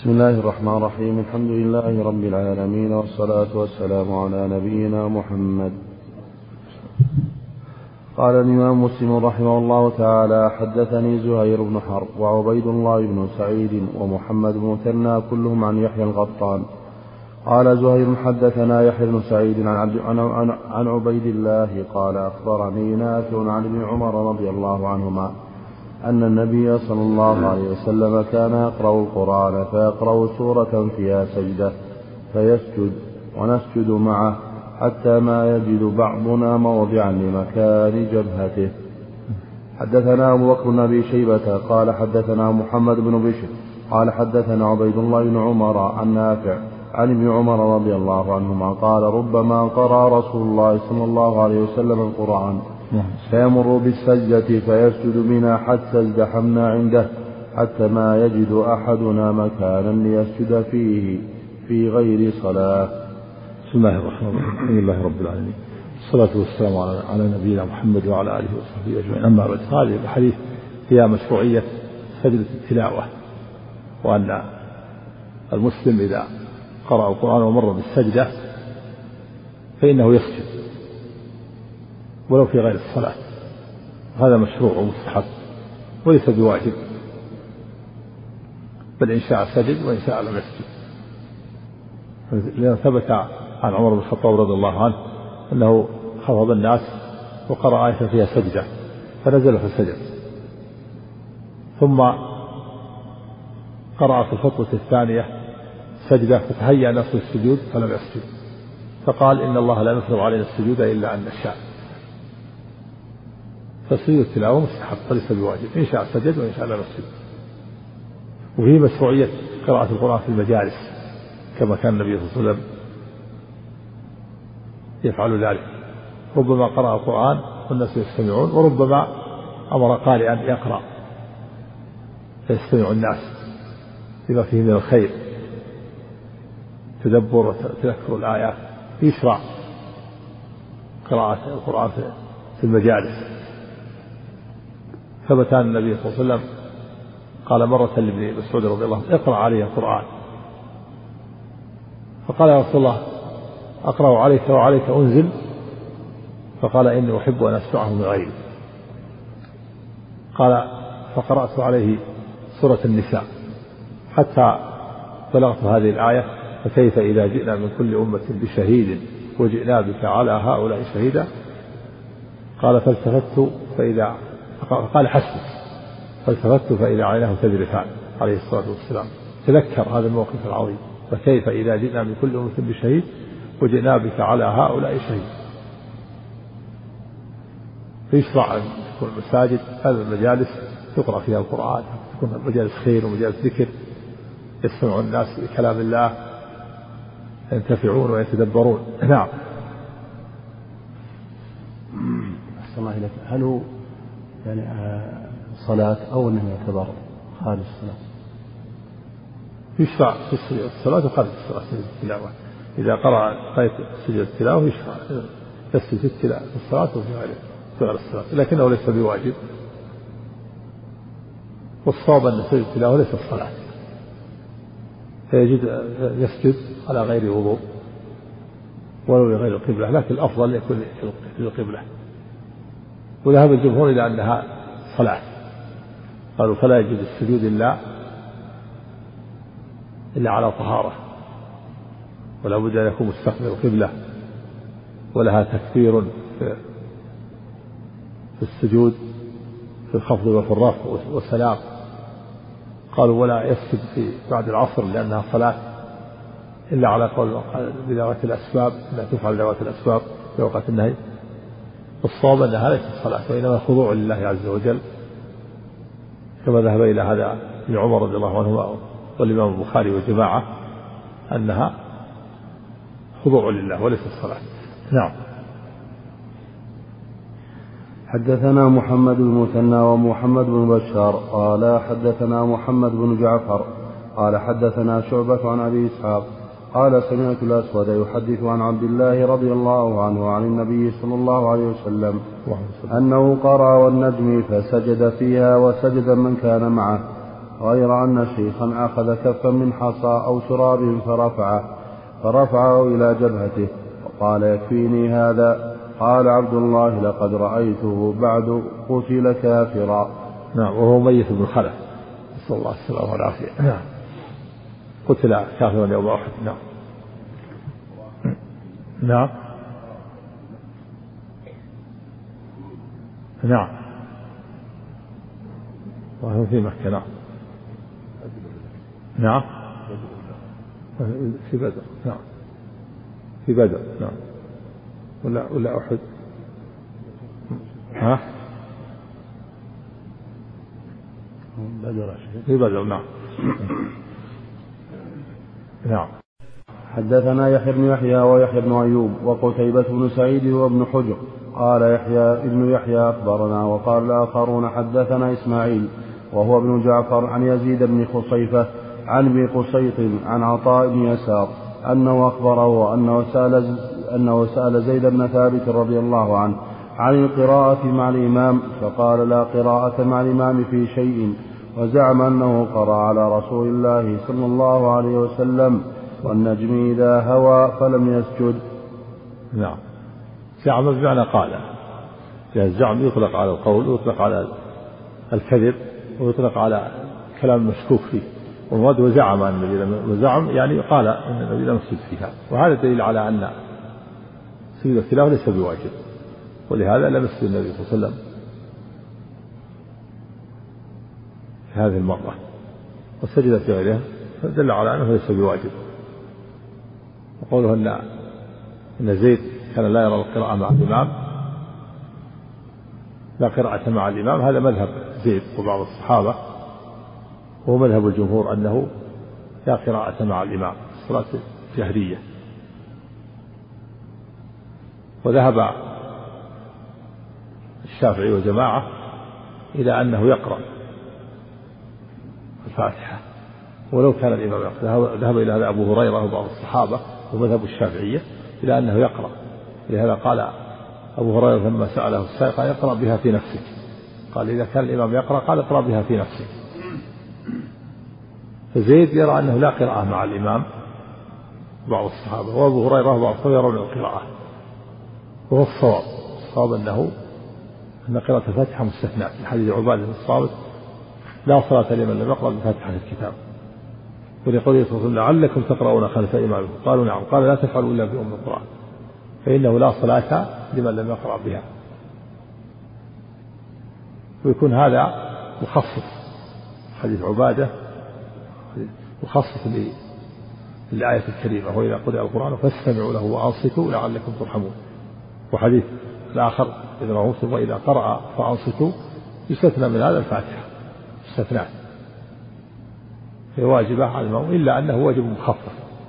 بسم الله الرحمن الرحيم. الحمد لله رب العالمين، والصلاة والسلام على نبينا محمد. قال الإمام مسلم رحمه الله تعالى: حدثني زهير بن حرب وعبيد الله بن سعيد ومحمد بن مثنى كلهم عن يحيى القطان. قال زهير: حدثنا يحيى بن سعيد عن عبيد الله قال: أخبرني نافع عن ابن عمر رضي الله عنهما أن النبي صلى الله عليه وسلم كان يقرأ القرآن فيقرأ سورة فيها سجدة فيسجد ونسجد معه حتى ما يجد بعضنا موضعا لمكان جبهته. حدثنا أبو بكر بن أبي شيبة قال حدثنا محمد بن بشر قال حدثنا عبيد الله بن عمر عن نافع عن ابن عمر رضي الله عنهما قال: ربما قرأ رسول الله صلى الله عليه وسلم القرآن فيمر بالسجدة فيسجد بنا حتى ازدحمنا عنده حتى ما يجد أحدنا مكانا ليسجد فيه في غير صلاة. بسم الله الرحمن الرحيم. الحمد لله رب العالمين، الصلاة والسلام على نبينا محمد وعلى آله وصحبه أجمعين. أما بعد، هذه الحديث فيها مشروعية سجدة التلاوة، وأن المسلم إذا قرأ القرآن ومر بالسجدة فإنه يسجد ولو في غير الصلاة. هذا مشروع ومستحب وليس بواجب، بل إن شاء سجد وإن شاء لم يسجد. لأن ثبت عن عمر بن الخطاب رضي الله عنه أنه خطب الناس وقرأ آية فيها سجدة فنزل فسجد، ثم قرأ في الخطبة الثانية سجدة فتهيأ نفسه السجود فلم يسجد، فقال: إن الله لا يفرض علينا السجود إلا أن نشاء. فسجود التلاوة مستحب وليس بواجب، إن شاء سجد وإن شاء لم يسجد. وفيه مشروعية قراءة القرآن في المجالس كما كان النبي صلى الله عليه وسلم يفعل ذلك، ربما قرأ القرآن والناس يستمعون، وربما أمر قارئا يقرأ فيستمع الناس لما فيه من الخير، تدبر وتذكر الآيات. يشرع قراءة القرآن في المجالس. ثبت عن النبي صلى الله عليه وسلم قال مرة لابن مسعود رضي الله عنه: اقرأ علي القرآن. فقال: يا رسول الله، أقرأ عليك وعليك أنزل؟ فقال: إني أحب أن أسمعه من غيري. قال: فقرأت عليه سورة النساء حتى بلغت هذه الآية: فكيف إذا جئنا من كل أمة بشهيد وجئنا بك على هؤلاء شهيدا. قال: فالتفت فإذا قال: حسبك. فالتفت فإذا عيناه تذرفان عليه الصلاة والسلام. تذكر هذا الموقف العظيم: فكيف إذا جئنا من كل أمة بشهيد وجئنا بك على هؤلاء شهيد. فيشرع أن تكون المساجد هذه المجالس تقرأ فيها القرآن، تكون مجالس خير ومجالس ذكر، يستمع الناس لكلام الله، ينتفعون ويتدبرون. نعم. أحسن الله إليك. هل هو يعني صلاة أو أنه يعتبر خارج الصلاة؟ يشرع في الصلاة وخارج الصلاة سجد التلاوة. إذا قرأ آية سجد التلاوة يشرع يسجد في التلاوة في الصلاة وفي غير الصلاة، لكنه ليس بواجب. والصواب أن سجد التلاوة ليس الصلاة، يسجد على غير وضوء ولو لغير القبلة، لكن الأفضل يكون في القبلة. وذهب الجمهور إلى أنها صلاة، قالوا: فلا يجوز السجود إلا على طهارة، ولا بد أن يكون مستقبل القبلة، ولها تكبير في السجود في الخفض وفي الرفع والسلام. قالوا: ولا يسجد في بعد العصر لأنها صلاة إلا على قول بذوات الأسباب، لا تفعل ذوات الأسباب في وقت النهي. الصواب أنها ليست صلاة، وإنما خضوع لله عز وجل، كما ذهب إلى هذا ابن عمر رضي الله عنه والإمام البخاري وجماعة، أنها خضوع لله وليست صلاة. نعم. حدثنا محمد بن مثنى ومحمد بن بشار قال حدثنا محمد بن جعفر قال حدثنا شعبة عن أبي إسحاق قال: سمعت الأسود يحدث عن عبد الله رضي الله عنه عن النبي صلى الله عليه وسلم أنه قرأ والنجم فسجد فيها وسجد من كان معه. غير أن شيخا أخذ كفا من حصى أو تراب فرفعه إلى جبهته وقال يكفيني هذا. قال عبد الله لقد رأيته بعد قتل كافرا. نعم. وهو ميت بن خلف نسأل الله السلامة والعافية. نعم. قتل كافرا يوم أحد. نعم. نعم. نعم. وهو في مكة. نعم. نعم. في بدر. نعم. في بدر. نعم. ولا أحد. ها؟ في بدر. نعم. نعم. حدثنا يحيى بن يحيى ويحيى بن أيوب وقتيبة بن سعيد وابن حجر قال يحيى أخبرنا وقال الآخرون حدثنا إسماعيل وهو ابن جعفر عن يزيد بن خصيفة عن ابن قسيط عن عطاء بن يسار أنه أخبره أنه سأل زيد بن ثابت رضي الله عنه عن القراءة مع الإمام فقال لا قراءة مع الإمام في شيء، وزعم أنه قرأ على رسول الله صلى الله عليه وسلم والنجم إذا هوى فلم يسجد. نعم. زعم بمعنى قال، يعني الزعم يطلق على القول ويطلق على الكذب ويطلق على كلام مشكوك فيه، والمراد وزعم أن النبي وزعم يعني قال أن النبي لم يسجد فيها، وهذا دليل على أن سجود التلاوة ليس بواجب، ولهذا لم يسجد النبي صلى الله عليه وسلم في هذه المرة وسجد في غيرها، فدل على أنه ليس بواجب. وقوله أن زيد كان لا يرى القراءة مع الإمام، لا قراءة مع الإمام، هذا مذهب زيد وبعض الصحابة، وهو مذهب الجمهور أنه لا قراءة مع الإمام الصلاة جهرية. وذهب الشافعي وجماعة إلى أنه يقرأ الفاتحة ولو كان الإمام يقرأ. ذهب إلى هذا أبو هريرة وبعض الصحابة ومذهب الشافعية إلى أنه يقرأ، لهذا قال أبو هريرة لما سأله السائل قال يقرأ بها في نفسك، قال إذا كان الإمام يقرأ قال اقرأ بها في نفسك. فزيد يرى أنه لا قراءة مع الإمام بعض الصحابة، وأبو هريرة وبعض الصحابة يرون القراءة، وهو الصواب أن قراءة الفاتحة مستثناء في حديث عبادة الصامت لا صلاة لمن لم يقرأ بفاتحة الكتاب، ولقوله صلى الله عليه وسلم لعلكم تقرؤون خلف إمامكم، قالوا نعم، قال لا تفعلوا إلا بأم القرآن فإنه لا صلاة لمن لم يقرأ بها. ويكون هذا مخصص حديث عبادة مخصص للآية الكريمة وإذا قرأ القرآن فاستمعوا له وأنصتوا لعلكم ترحمون. وحديث الآخر إذا مسلم وإذا قرأ فأنصتوا يستثنى من هذا الفاتحة استثناء، هي واجبة على المؤمن إلا أنه واجب مخفف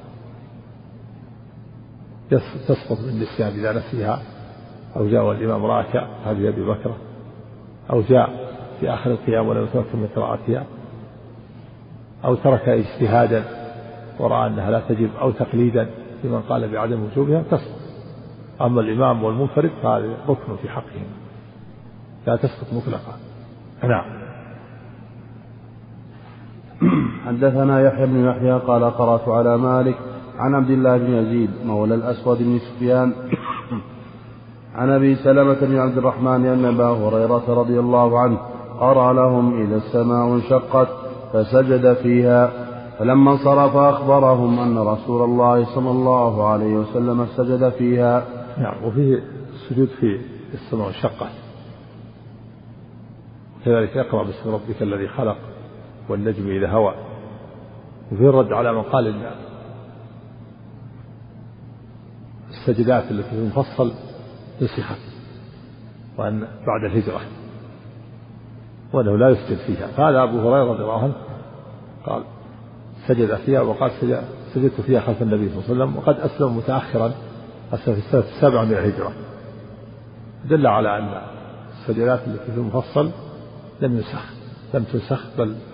تسقط من النسيان إذا نسيها، أو جاء والإمام راكع هذه أبي بكر، أو جاء في آخر القيام ولم يتمكن من قراءتها، أو ترك اجتهادا ورأى أنها لا تجب، أو تقليدا لمن قال بعدم وجوبها تسقط. أما الإمام والمنفرد فهذا ركن في حقهم لا تسقط مطلقا. نعم. حدثنا يحيى بن يحيى قال قرأت على مالك عن عبد الله بن يزيد مولى الأسود بن سفيان عن أبي سلمة بن عبد الرحمن أن أبا هريرة رضي الله عنه قرأ لهم إذا السماء انشقت فسجد فيها، فلما انصرف أخبرهم أن رسول الله صلى الله عليه وسلم سجد فيها. نعم. وفيه السجود في السماء انشقت، كذلك يقرأ باسم ربك الذي خلق والنجم إذا هوى. وفيه الرد على من قال إن السجدات التي في المفصل نسخت وأن بعد الهجرة وأنه لا يسجد فيها، فهذا أبو هريرة رضي الله عنه قال سجد فيها، وقال سجدت فيها خلف النبي صلى الله عليه وسلم، وقد أسلم متأخرا في السنة 7 من الهجرة، دل على أن السجدات التي في المفصل لم تنسخ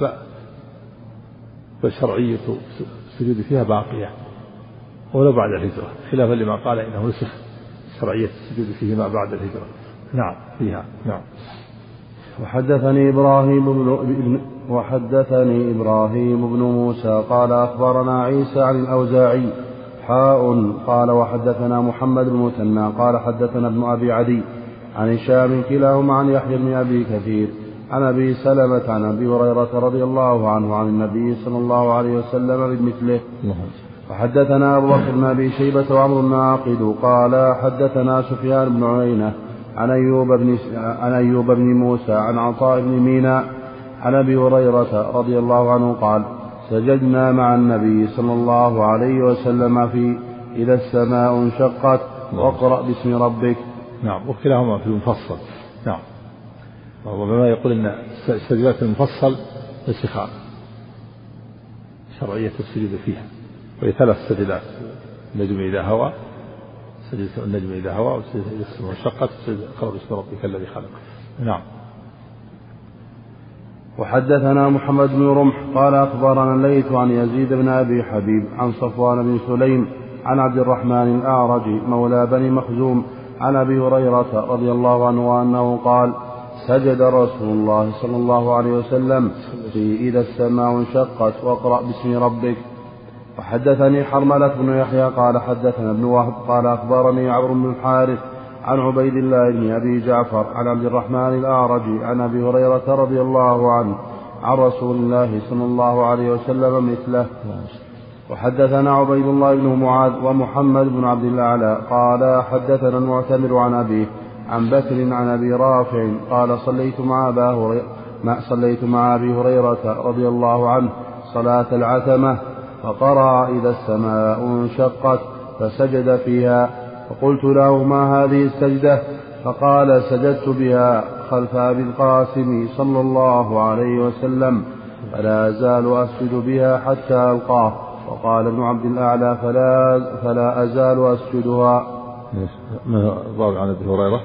بل شرعية السجود فيها باقية ولو بعد الهجرة، خلافا لما قال إنه نسخ شرعية السجود فيه ما بعد الهجرة. نعم فيها. نعم. وحدثني وحدثني إبراهيم بن موسى قال أخبرنا عيسى عن الأوزاعي قال وحدثنا محمد بن مثنى قال حدثنا ابن أبي عدي عن هشام كلاهما عن يحيى بن أبي كثير عن أبي سلمة عن أبي هريرة رضي الله عنه عن النبي صلى الله عليه وسلم بمثله. وحدثنا أبو بكر بن أبي شيبة وعمرو الناقد قال حدثنا سفيان بن عيينة عن أيوب بن موسى عن عطاء بن ميناء عن أبي هريرة رضي الله عنه قال سجدنا مع النبي صلى الله عليه وسلم في إذا السماء انشقت واقرأ باسم ربك. نعم. وكلاهما في المفصل. نعم. وبما يقول أن السجدات المفصل استخارة شرعية السجود فيها، وهي 3 سجدات: النجم إذا هوى، سجدة النجم إذا هوى، وسجدة إذا السماء انشقت، اقرأ باسم ربك الذي خلق. نعم. وحدثنا محمد بن رمح قال أخبرنا الليث عن يزيد بن أبي حبيب عن صفوان بن سليم عن عبد الرحمن الأعرج مولى بني مخزوم عن أبي هريرة رضي الله عنه أنه قال سجد رسول الله صلى الله عليه وسلم في إذا السماء انشقت واقرأ باسم ربك. وحدثني حرملة بن يحيى قال حدثنا ابن وهب قال أخبرني عمرو بن الحارث عن عبيد الله بن أبي جعفر عن عبد الرحمن الأعرج عن أبي هريرة رضي الله عنه عن رسول الله صلى الله عليه وسلم مثله. وحدثنا عبيد الله بن معاذ ومحمد بن عبد الأعلى قال حدثنا المعتمر عن أبيه عن بكر عن أبي رافع قال صليت مع أبي هريرة رضي الله عنه صلاة العتمة فقرأ إذا السماء انشقت فسجد فيها، فقلت له ما هذه السجدة؟ فقال سجدت بها خلف أبي القاسم صلى الله عليه وسلم فلا أزال أسجد بها حتى ألقاه. وقال ابن عبد الأعلى فلا أزال أسجدها. ما ضاع عن أبي هريرة؟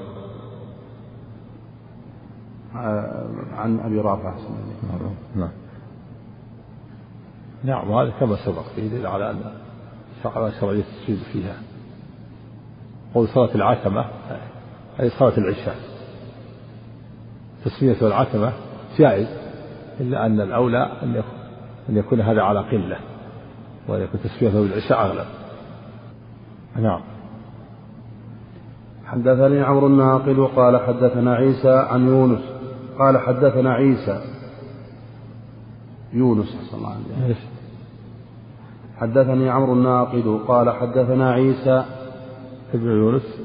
عن أبي رافع. نعم. نعم. وهذا كما سبق يدل على أن شرعية السجود فيها. قول صلاة العتمة أي صلاة العشاء، تسمية العتمة جائز، إلا أن الأولى أن يكون هذا على قلة، وأن يكون تسميته بالعشاء أغلب. نعم. حدثني عمرو الناقد قال حدثنا عيسى عن يونس قال حدثنا عيسى يونس صلى الله عليه وسلم. حدثني عمرو الناقد قال حدثنا عيسى ابن يونس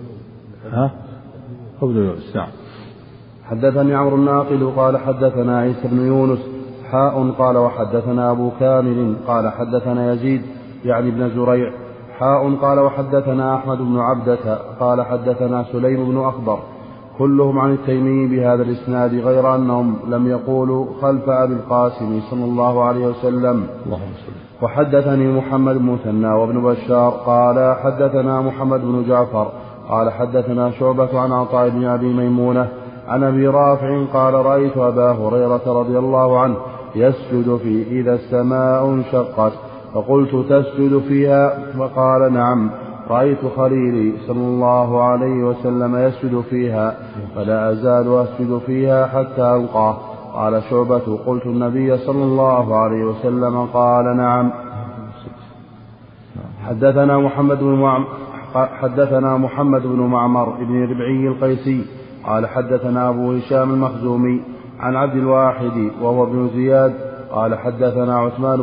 ابن يونس. نعم. حدثني عمرو الناقد قال حدثنا عيسى بن يونس قال وحدثنا أبو كامل قال حدثنا يزيد يعني ابن زريع قال وحدثنا أحمد بن عبدة قال حدثنا سليم بن أخضر كلهم عن التيمي بهذا الإسناد غير أنهم لم يقولوا خلف أبي القاسم صلى الله عليه وسلم. وحدثني محمد بن مثنى وابن بشار قال حدثنا محمد بن جعفر قال حدثنا شعبة عن عطاء بن أبي ميمونة عن أبي رافع قال رأيت أبا هريرة رضي الله عنه يسجد في إذا السماء انشقت فقلت تسجد فيها؟ فقال نعم رأيت خليلي صلى الله عليه وسلم يسجد فيها فلا أزال أسجد فيها حتى ألقاه. قال شعبة قلت النبي صلى الله عليه وسلم قال نعم. حدثنا محمد بن معمر بن ربعي القيسي قال حدثنا أبو هشام المخزومي عن عبد الواحد وهو ابن زياد قال حدثنا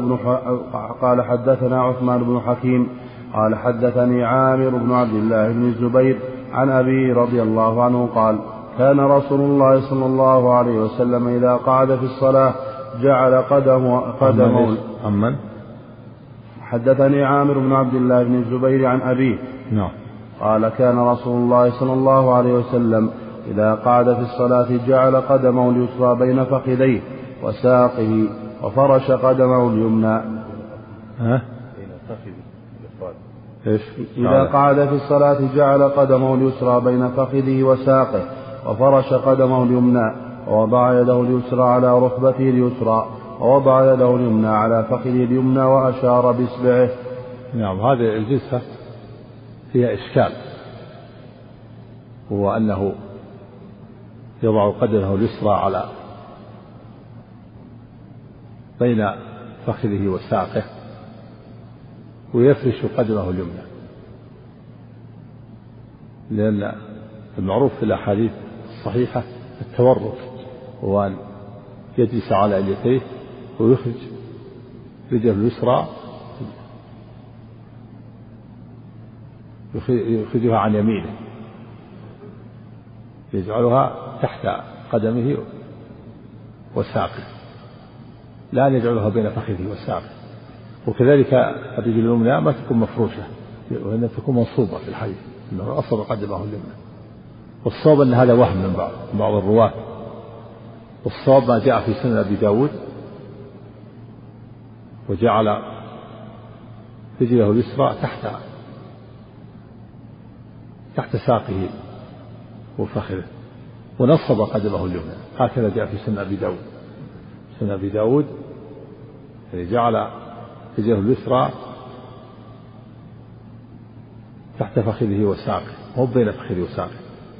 عثمان بن حكيم قال حدثني عامر بن عبد الله بن الزبير عن أبي رضي الله عنه قال كان رسول الله صلى الله عليه وسلم إذا قعد في الصلاة جعل قدمه أمن. حدثني عامر بن عبد الله بن الزبير عن أبيه قال كان رسول الله صلى الله عليه وسلم إذا قعد في الصلاة جعل قدمه اليسرى بين فخذيه وساقه وفرش قدمه اليمنى. إذا قعد في الصلاة جعل قدمه اليسرى بين فخذه وساقه وفرش قدمه اليمنى ووضع يده اليسرى على ركبته اليسرى ووضع يده اليمنى على فخذه اليمنى وأشار بإصبعه. نعم. هذه الجلسة فيها إشكال، هو أنه يضع قدمه اليسرى بين فخذه وساقه ويفرش قدمه اليمنى، لأن المعروف في الأحاديث الصحيحة التورك، وأن يجلس على اليتيه ويخرج رجله اليسرى يخرجها عن يمينه، يجعلها تحت قدمه وساقه، لا يجعلها بين فخذه وساقه. وكذلك الرجل اليمنى ما تكون مفروشة، وإنها تكون منصوبة في الحديث أنه أصب قدمه اليمنى. والصواب أن هذا وهم من بعض الرواة، والصواب ما جاء في سنن أبي داود، وجعل رجله اليسرى تحت ساقه وفخذه ونصب قدمه اليمنى، هكذا جاء في سنن أبي داود. سنن أبي داود جعل رجله اليسرى تحت فخذه وساقه، مو بين فخذه وساقه،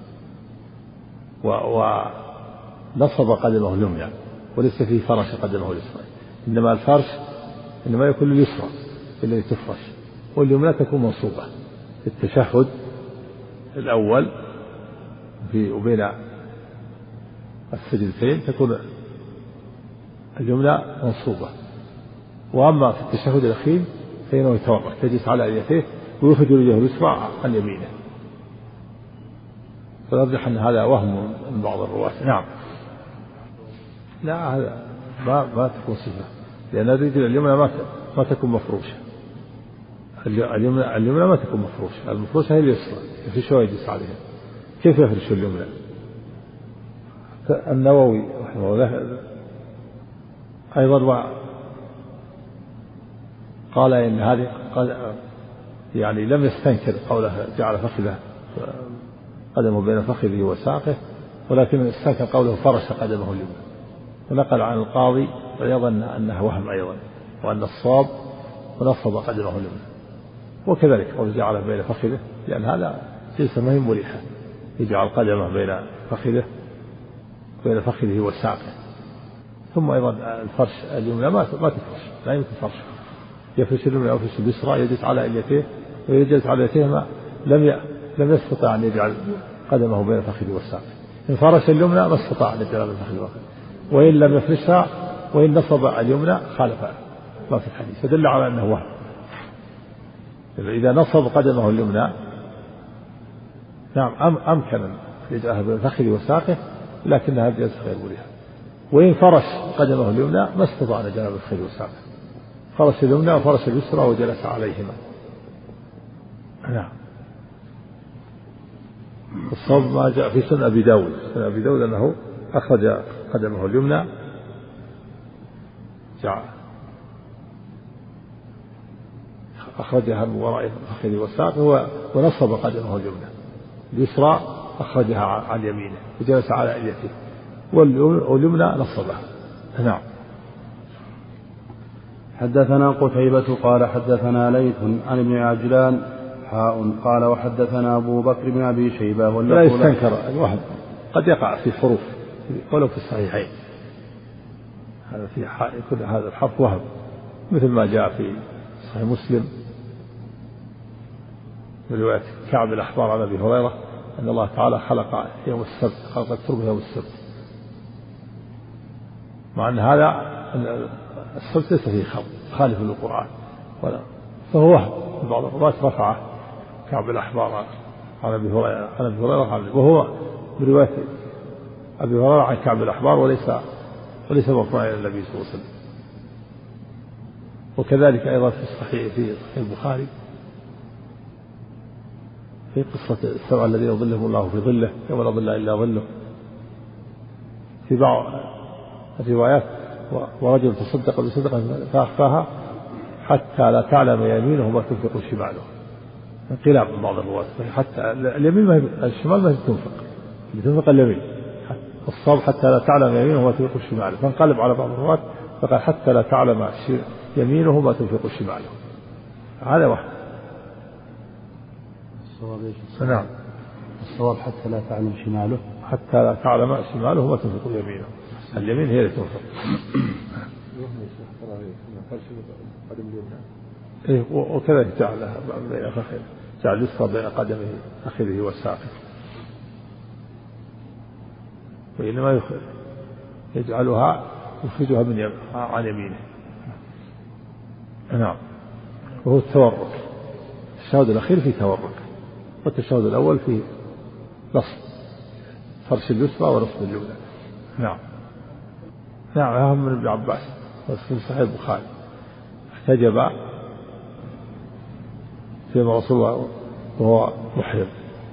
ونصب قدمه اليمنى، وليس فيه فرش قدمه اليسرى، إنما الفرش إنما يكون اليسرى الذي تفرش، واليمنى تكون منصوبة في التشهد الأول وبين السجدتين تكون اليمنى منصوبة. وأما في التشهد الأخير فإنه يتورك، تجلس على اليتيه ويخرج رجله اليسرى عن يمينه. فنرجح أن هذا وهم من بعض الرواة. نعم، لا هذا ما تكون صفة، لأن الرجل اليمنى ما تكون مفروشة، اليمنى ما تكون مفروشة، المفروشة هي اليسرى يفرشها ويجلس عليها. كيف يفرش اليمنى؟ النووي رحمه الله أيضا قال إن هذه يعني لم يستنكر قوله جعل فخذه قدمه بين فخذه وساقه، ولكن استنكر قوله فرش قدمه اليمنى، ونقل عن القاضي أيضا أنه وهم أيضا، وأن الصواب ونصب قدمه اليمنى. وكذلك قول جعله بين فخذه، لأن هذا جلسة مهم مريحة، يجعل قدمه بين فخذه وساقه. ثم أيضا الفرش اليمنى ما تفرش، لا يمكن فرش، يفرش اليمنى أو يفرش اليسرى، يجلس على اليتيه، ويجلس على اليتيه لم يستطع أن يجعل قدمه بين فخذه وساقه. إن فرش اليمنى ما استطاع أن يجعل بين فخذه وساقه، وإن لم يفرشها وإن نصب اليمنى خالف ما في الحديث، فدل على أنه وهم. إذا نصب قدمه اليمنى نعم أمكن أن يجعلها بين فخذه وساقه، لكنها جلسة غير مريحة. وإن فرش قدمه اليمنى ما استطاع أن يجعلها بين فخذه وساقه، فرش اليمنى وفرش اليسرى وجلس عليهما. نعم. الصواب ما جاء في سنن أبي داود، سنن أبي داود أنه أخرج قدمه اليمنى أخرجها من وراء فخذه وساقه ونصب قدمه اليمنى، اليسرى أخرجها عن يمينه وجلس على اليته، واليمنى نصبها. نعم. حدثنا قتيبة قال حدثنا ليث عن ابن عجلان قال وحدثنا أبو بكر بن أبي شيبة. لا يستنكر الوهم، قد يقع في حروف ولو في الصحيحين، يكون هذا الحرف وهم، مثل ما جاء في صحيح مسلم من رواية كعب الأحبار عن أبي هريرة أن الله تعالى خلق يوم السبت، خلق التربة يوم السبت، مع أن هذا السبت ليس فيه خالف للقرآن، فهو وهم. بعض الرواة رفعه كعب الأحبار عن أبي هريرة، وهو برواية أبي هريرة عن كعب الأحبار وليس مرفوعا إلى النبي صلى الله عليه وسلم. وكذلك أيضا في صحيح البخاري في قصة السبعة الذين يظلهم الله في ظله يوم لا ظل إلا ظله، في بعض الروايات ورجل تصدق بصدقة فأخفاها حتى لا تعلم يمينه ما تنفق شماله، انقلاب من بعض الرواة، حتى اليمين الشمال ما تنفق، اللي تنفق اليمين، الصواب حتى لا تعلم يمينه ما تنفق شماله، فانقلب على بعض الرواة فقال حتى لا تعلم يمينه ما تنفق شماله. هذا واحد. نعم، الصواب حتى لا تعلم شماله، حتى لا تعلم شماله ما تنفق يمينه، اليمين هي اللي تنفق. فرش قدم اليمنى. إيه وكذلك جعلها بين فخذه، جعل اليسرى بين قدمه فخذه وساقه، وإنما يجعلها يخرجها من عن يمينه. نعم. وهو التورك، التشهد الأخير فيه تورك، والتشهد الأول فيه نصب فرش اليسرى ونصب اليمنى. نعم. نعم. من ابن عباس في صحيح البخاري احتجب في رسول الله وهو محرم،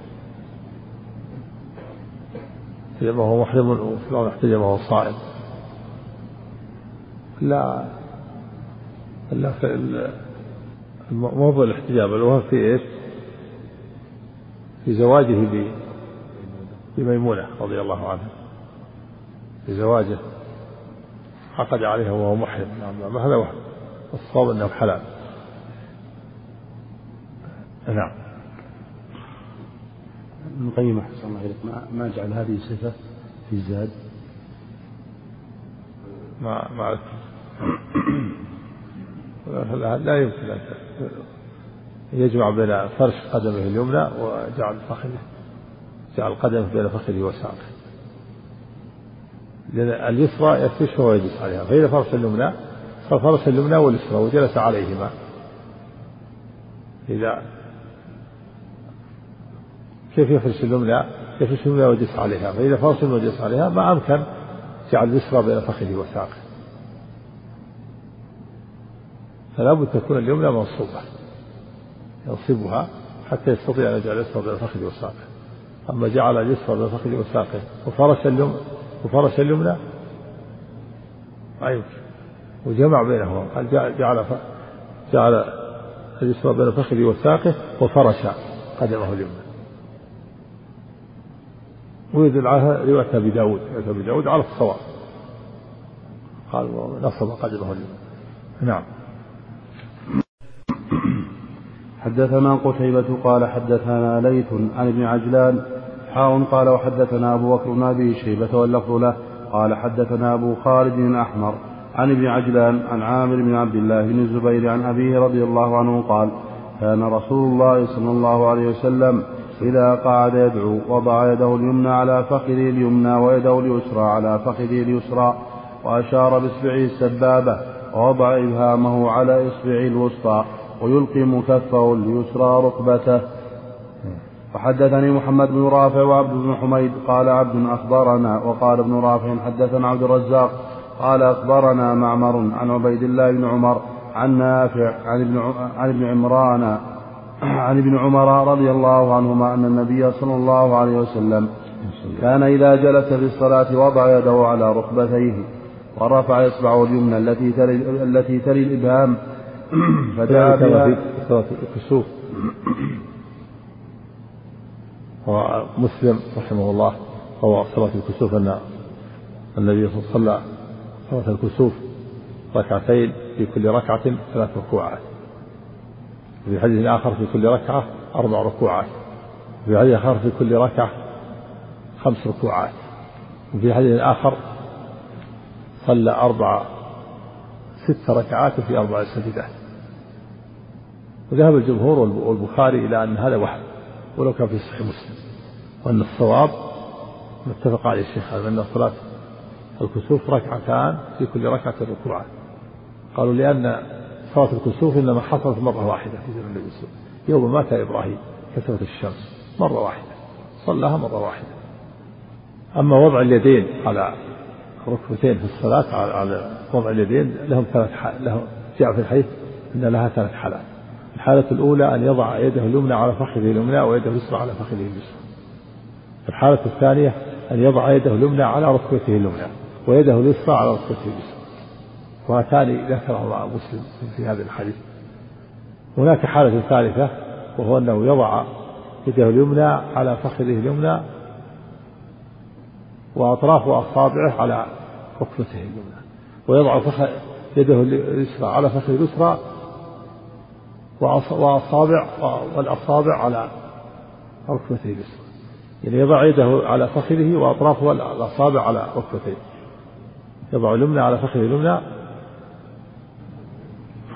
احتجب وهو محرم، وفي الأول احتجب وهو صائم. لا في موضوع الاحتجاب الوهم في ايش؟ في زواجه بميمونة رضي الله عنها، في زواجه عقد عليها وهو محرم. نعم. هذا وهم، الصواب انه حلال. نعم. ابن القيم أحسن الله إليك ما جعل هذه صفة في الزاد؟ ما لا يمكن أن يجمع بين فرش قدمه اليمنى وجعل فخذه، جعل قدمه بين فخذه وساقه، لأن اليسرى يفتش وهو يجلس عليها، فإذا فرش اليمنى ففرش اليمنى واليسرى وجلس عليهما. إذا كيف يفرش اليمنى؟ يفرش اليمنى ويجلس عليها، فإذا فرش اليمنى وجلس عليها ما أمكن جعل اليسرى بين فخذه وساقه، فلا بد تكون اليمنى منصوبة ينصبها حتى يستطيع أن يجعل اليسرى بين فخذه وساقه. أما جعل اليسرى بين فخذه وساقه وفرش اليمنى ما يمكن، وجمع بينهما، قال جعل اليسرى بين فخذه وساقه وفرش قدمه اليمنى. ويدل على رواية أبي داود على الصواب، قال نصب قدمه اليمنى. نعم. حدثنا قتيبة قال حدثنا ليث عن ابن عجلان قال وحدثنا أبو بكر بن أبي شيبة واللفظ له قال حدثنا أبو خالد الأحمر عن ابن عجلان عن عامر بن عبد الله بن الزبير عن أبيه رضي الله عنه قال كان رسول الله صلى الله عليه وسلم إذا قعد يدعو وضع يده اليمنى على فخذه اليمنى ويده اليسرى على فخذه اليسرى، وأشار بإصبعه السبابة ووضع إبهامه على إصبعه الوسطى ويلقم كفه اليسرى ركبته. فحدثني محمد بن رافع وعبد بن حميد قال عبد أخبرنا، وقال ابن رافع حدثنا عبد الرزاق قال أخبرنا معمر عن عبيد الله بن عمر عن نافع عن ابن عمر رضي الله عنهما أن النبي صلى الله عليه وسلم كان إذا جلس في الصلاة وضع يده على ركبتيه ورفع إصبعه اليمنى التي تلي الإبهام فدعا بها في صلاة الكسوف. ومسلم رحمه الله روى صلاة الكسوف أن النبي صلى الله عليه وسلم صلاة الكسوف ركعتين في كل ركعة 3 ركوعات، في حديث آخر في كل ركعة 4 ركوعات، في حديث آخر في كل ركعة 5 ركوعات، وفي حديث آخر صلى 6 ركعات في 4 سجدات. وذهب الجمهور والبخاري إلى أن هذا وحي ولو كان في صحيح مسلم، وأن الصواب متفق عليه الشيخ أن صلاة الكسوف 2 ركعتان في كل ركعة ركوعات. قالوا لأن صلاة الكسوف إنما حصلت مرة واحدة في زمن النبي صلى الله عليه وسلم، يوم مات إبراهيم كسفت الشمس مرة واحدة صلاها مرة واحدة. أما وضع اليدين على ركبتين في الصلاة، على وضع اليدين لهم 3 حالات، جاء في الحديث أن لها 3 حالات. الحالة الأولى أن يضع يده اليمنى على فخذه اليمنى ويده اليسرى على فخذه اليسرى. الحالة الثانية أن يضع يده اليمنى على ركبته اليمنى ويده اليسرى على ركبته اليسرى، وهاتان ذكرهما مسلم في هذا الحديث. هناك حالة ثالثة وهو أنه يضع يده اليمنى على فخذه اليمنى وأطراف أصابعه على ركبته اليمنى، ويضع يده اليسرى على فخذه اليسرى والأصابع على ركبته اليسرى، يعني يضع يده على فخذه وأطرافه الأصابع على ركبته، يضع اليمنى على فخذه اليمنى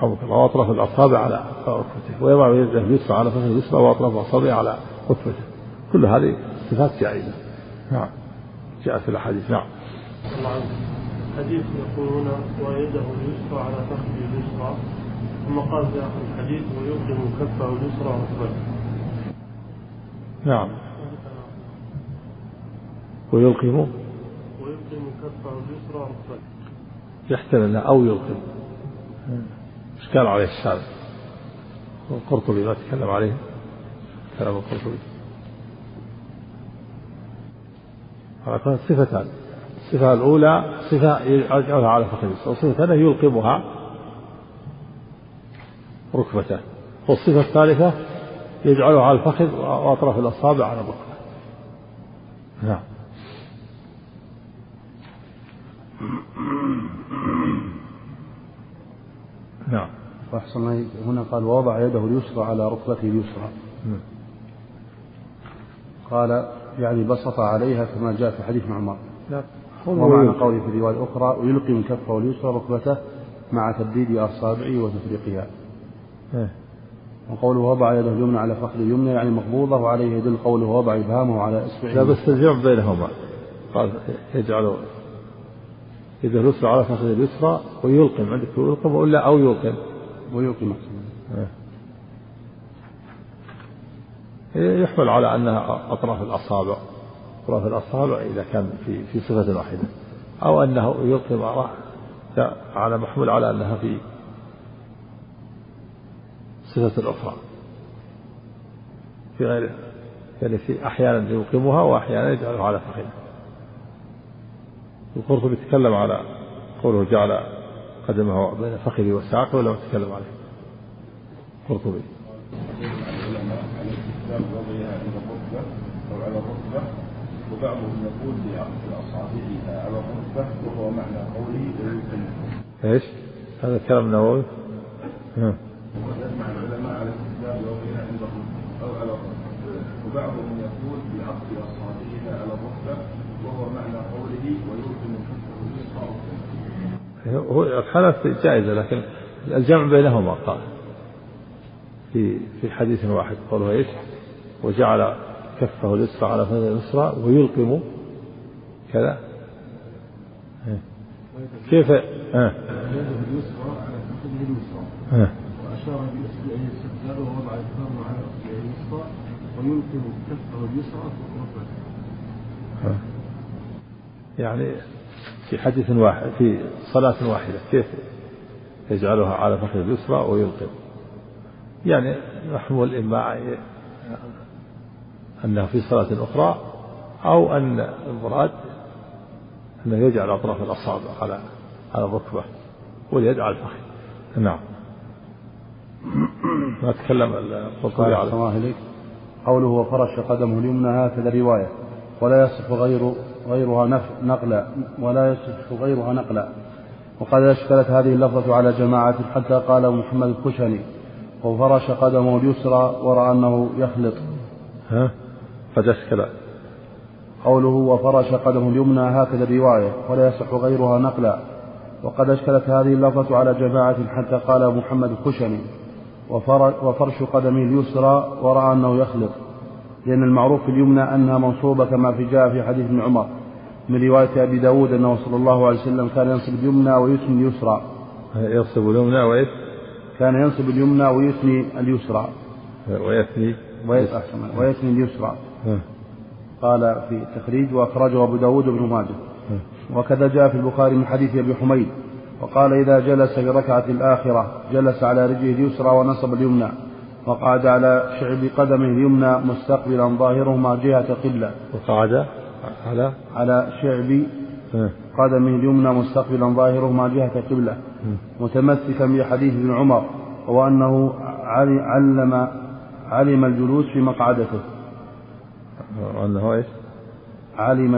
رحمك الله وأطراف الأصابع على ركبته، ويضع يده اليسرى على فخذه اليسرى وأطراف الأصابع على ركبته. كل هذه صفات جائزة. نعم جاء في الحديث. نعم. الحديث يقولون ويده اليسرى على فخذه اليسرى، ثم قال في آخر الحديث ويلقم كفه اليسرى ركبته. نعم. ويلقم كفه اليسرى ركبته. يحتمل أو يلقم. إشكال عليه الشارع. والقرطبي ما تكلم عليه كلام القرطبي. هذا صفتان. الصفة الأولى صفة يجعلها على فخذه اليسرى، والصفة الثانية يلقمها ركبته، والصفة الثالثة يجعلها على الفخذ وأطراف الأصابع على الركبة. نعم. نعم. وأحسن هنا قال ووضع يده اليسرى على ركبته اليسرى. قال يعني بسط عليها كما جاء في حديث عمر. ومعنى قوله في الرواية الأخرى ويلقم كفه اليسرى ركبته مع تبديد أصابعه وتفريقها. وقوله وضع يده اليمنى على فخذ اليمنى يعني مقبوضة، وعليه يدل قوله وضع إبهامه على إصبعه. لا بس الجمع بينهما، قال يجعل يده اليسرى على فخذ اليسرى ويلقم، عندك يلقم ولا أو يلقم؟ ويلقم. يحمل على أنها أطراف الأصابع إذا كان في صفة واحدة، أو أنه يلقم على محمول على أنها في صفة أخرى في غيرها، يعني في أحيانا يلقمها وأحيانا يجعلها على فخذه. القرطبي يتكلم على قوله جعل قدمه بين فخذه وساقه ولا تكلم عليه القرطبي. وبعضهم يقول بعقد أصابعها على الركبة وهو معنى قوله ايش؟ هذا كلام النووي. وتجمع العلماء على الاستدلال وغيرها عند الركبة أو على الركبة، وبعضهم يقول بعقد أصابعها على الركبة وهو معنى قوله ويلقم كفه اليسرى. هو الحالة جائزة، لكن الجمع بينهما قال في حديث واحد قوله ايش؟ وجعل كفه اليسرى على فخذه اليسرى ويلقم كذا. كيف؟ يده اليسرى على فخذه اليسرى وأشار بإصبعه السبابة ووضع إبهامه على إصبعه اليسرى ويلقم كفه اليسرى ركبته. يعني في حديث واحد في صلاة واحدة كيف يجعلها على فخذ اليسرى ويلقم؟ يعني محمول إما أنها في صلاة أخرى أو أن المراد أنه يجعل أطراف الأصابع على الركبة واليد على الفخذ. نعم. ما تكلم القرطبي على قوله وفرش قدمه اليمنى هكذا رواية ولا يصح غيرها نقلا وقد أشكلت هذه اللفظة على جماعة حتى قال محمد الكشني وفرش قدمه اليسرى ورأى أنه يخلط. قد أشكل قوله وفرش قدمه اليمنى هكذا رواية ولا يصح غيرها نقلا وقد أشكلت هذه اللفظة على جماعة حتى قال محمد الكشني وفرش قدمه اليسرى ورأى أنه يخلط، لأن المعروف في اليمنى أنها منصوبة كما جاء في حديث ابن عمر من رواية أبي داود أنه صلى الله عليه وسلم كان ينصب اليمنى ويثني اليسرى. ينصب اليمنى وإيه؟ كان ينصب اليمنى ويثني اليسرى ويثني اليسرى. قال في التخريج وأخرجه أبو داود بن ماجه. وكذا جاء في البخاري من حديث أبي حميد وقال إذا جلس في ركعة الآخرة جلس على رجله اليسرى ونصب اليمنى وقعد على شعب قدمه اليمنى مستقبلا ظاهرهما جهة قبلة. وقعد على شعب قدمه اليمنى مستقبلا ظاهرهما جهة قبلة متمسكا بحديث ابن عمر وهو أنه علم الجلوس في مقعدته. وأنه إيش؟ علم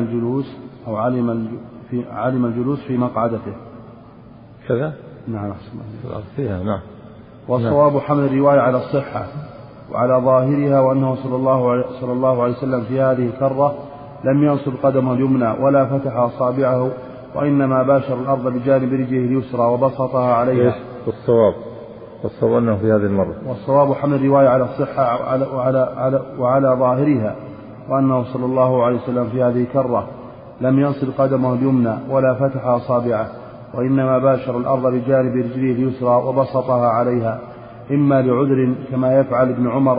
الجلوس في مقعدته كذا. نعم. فيها نعم. والصواب حمل الرواية على الصحة وعلى ظاهرها وأنه صلى الله عليه وسلم في هذه الكرة لم ينصب قدمه اليمنى ولا فتح أصابعه وإنما باشر الأرض بجانب رجله اليسرى وبسطها عليها. والصواب والصواب أنه في هذه المرة. والصواب حمل الرواية على الصحة وعلى ظاهرها، وأنه صلى الله عليه وسلم في هذه الكرة لم ينصب قدمه اليمنى ولا فتح أصابعه، وإنما باشر الأرض بجانب رجله اليسرى وبسطها عليها، إما لعذر كما يفعل ابن عمر.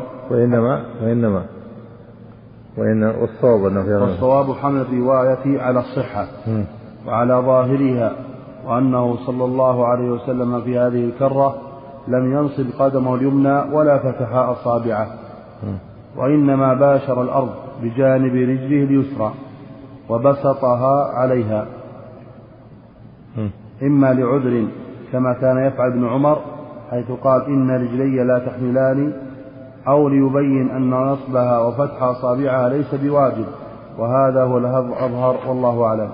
والصواب حمل الرواية على الصحة وعلى ظاهرها، وأنه صلى الله عليه وسلم في هذه الكرة لم ينصب قدمه اليمنى ولا فتح أصابعه، وإنما باشر الأرض بجانب رجله اليسرى وبسطها عليها، إما لعذر كما كان يفعل ابن عمر حيث قال إن رجلي لا تحملان، أو ليبين أن نصبها وفتح أصابعها ليس بواجب، وهذا هو الأظهر والله أعلم.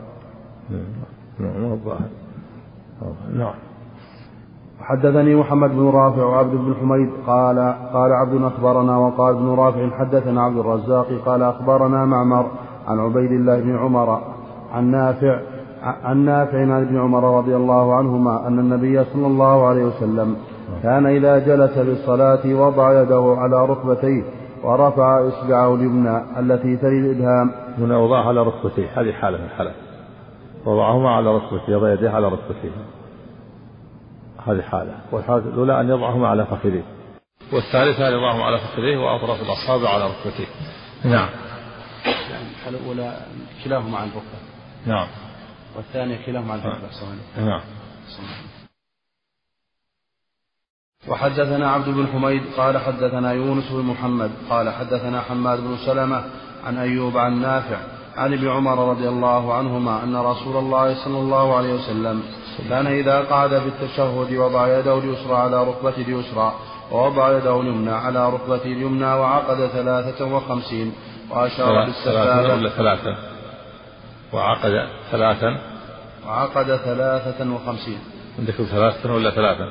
نعم. حدثني محمد بن رافع وعبد بن حميد قال عبد أخبرنا، وقال ابن رافع حدثنا عبد الرزاق قال أخبرنا معمر عن عبيد الله بن عمر عن نافع عن ابن عمر رضي الله عنهما أن النبي صلى الله عليه وسلم كان إذا جلس للصلاة وضع يده على ركبتيه ورفع إصبعه اليمنى التي تلي الإبهام. هنا وضعها على ركبتيه، هذه حالة من الحالات، وضعهما على ركبتيه، يضع يديه على ركبتيه، هذه حالة. والحالة الأولى أن يضعهما على فخذيه، والثالثة أن يضعهما على فخذيه وأطراف الأصابع على ركبتيه. نعم. يعني الحالة الأولى كلاهما عن الركبة. نعم. والثانية كلاهما عن الركبة. نعم. وحدثنا عبد بن حميد قال حدثنا يونس بن محمد قال حدثنا حماد بن سلمة عن أيوب عن نافع عن ابن عمر رضي الله عنهما أن رسول الله صلى الله عليه وسلم كان إذا قعد في التشهد وضع يده اليسرى على ركبته اليسرى ووضع يده اليمنى على ركبته اليمنى وعقد 53 وأشار بالسبابة. وعقد 53. عندكم 3 ولا 3؟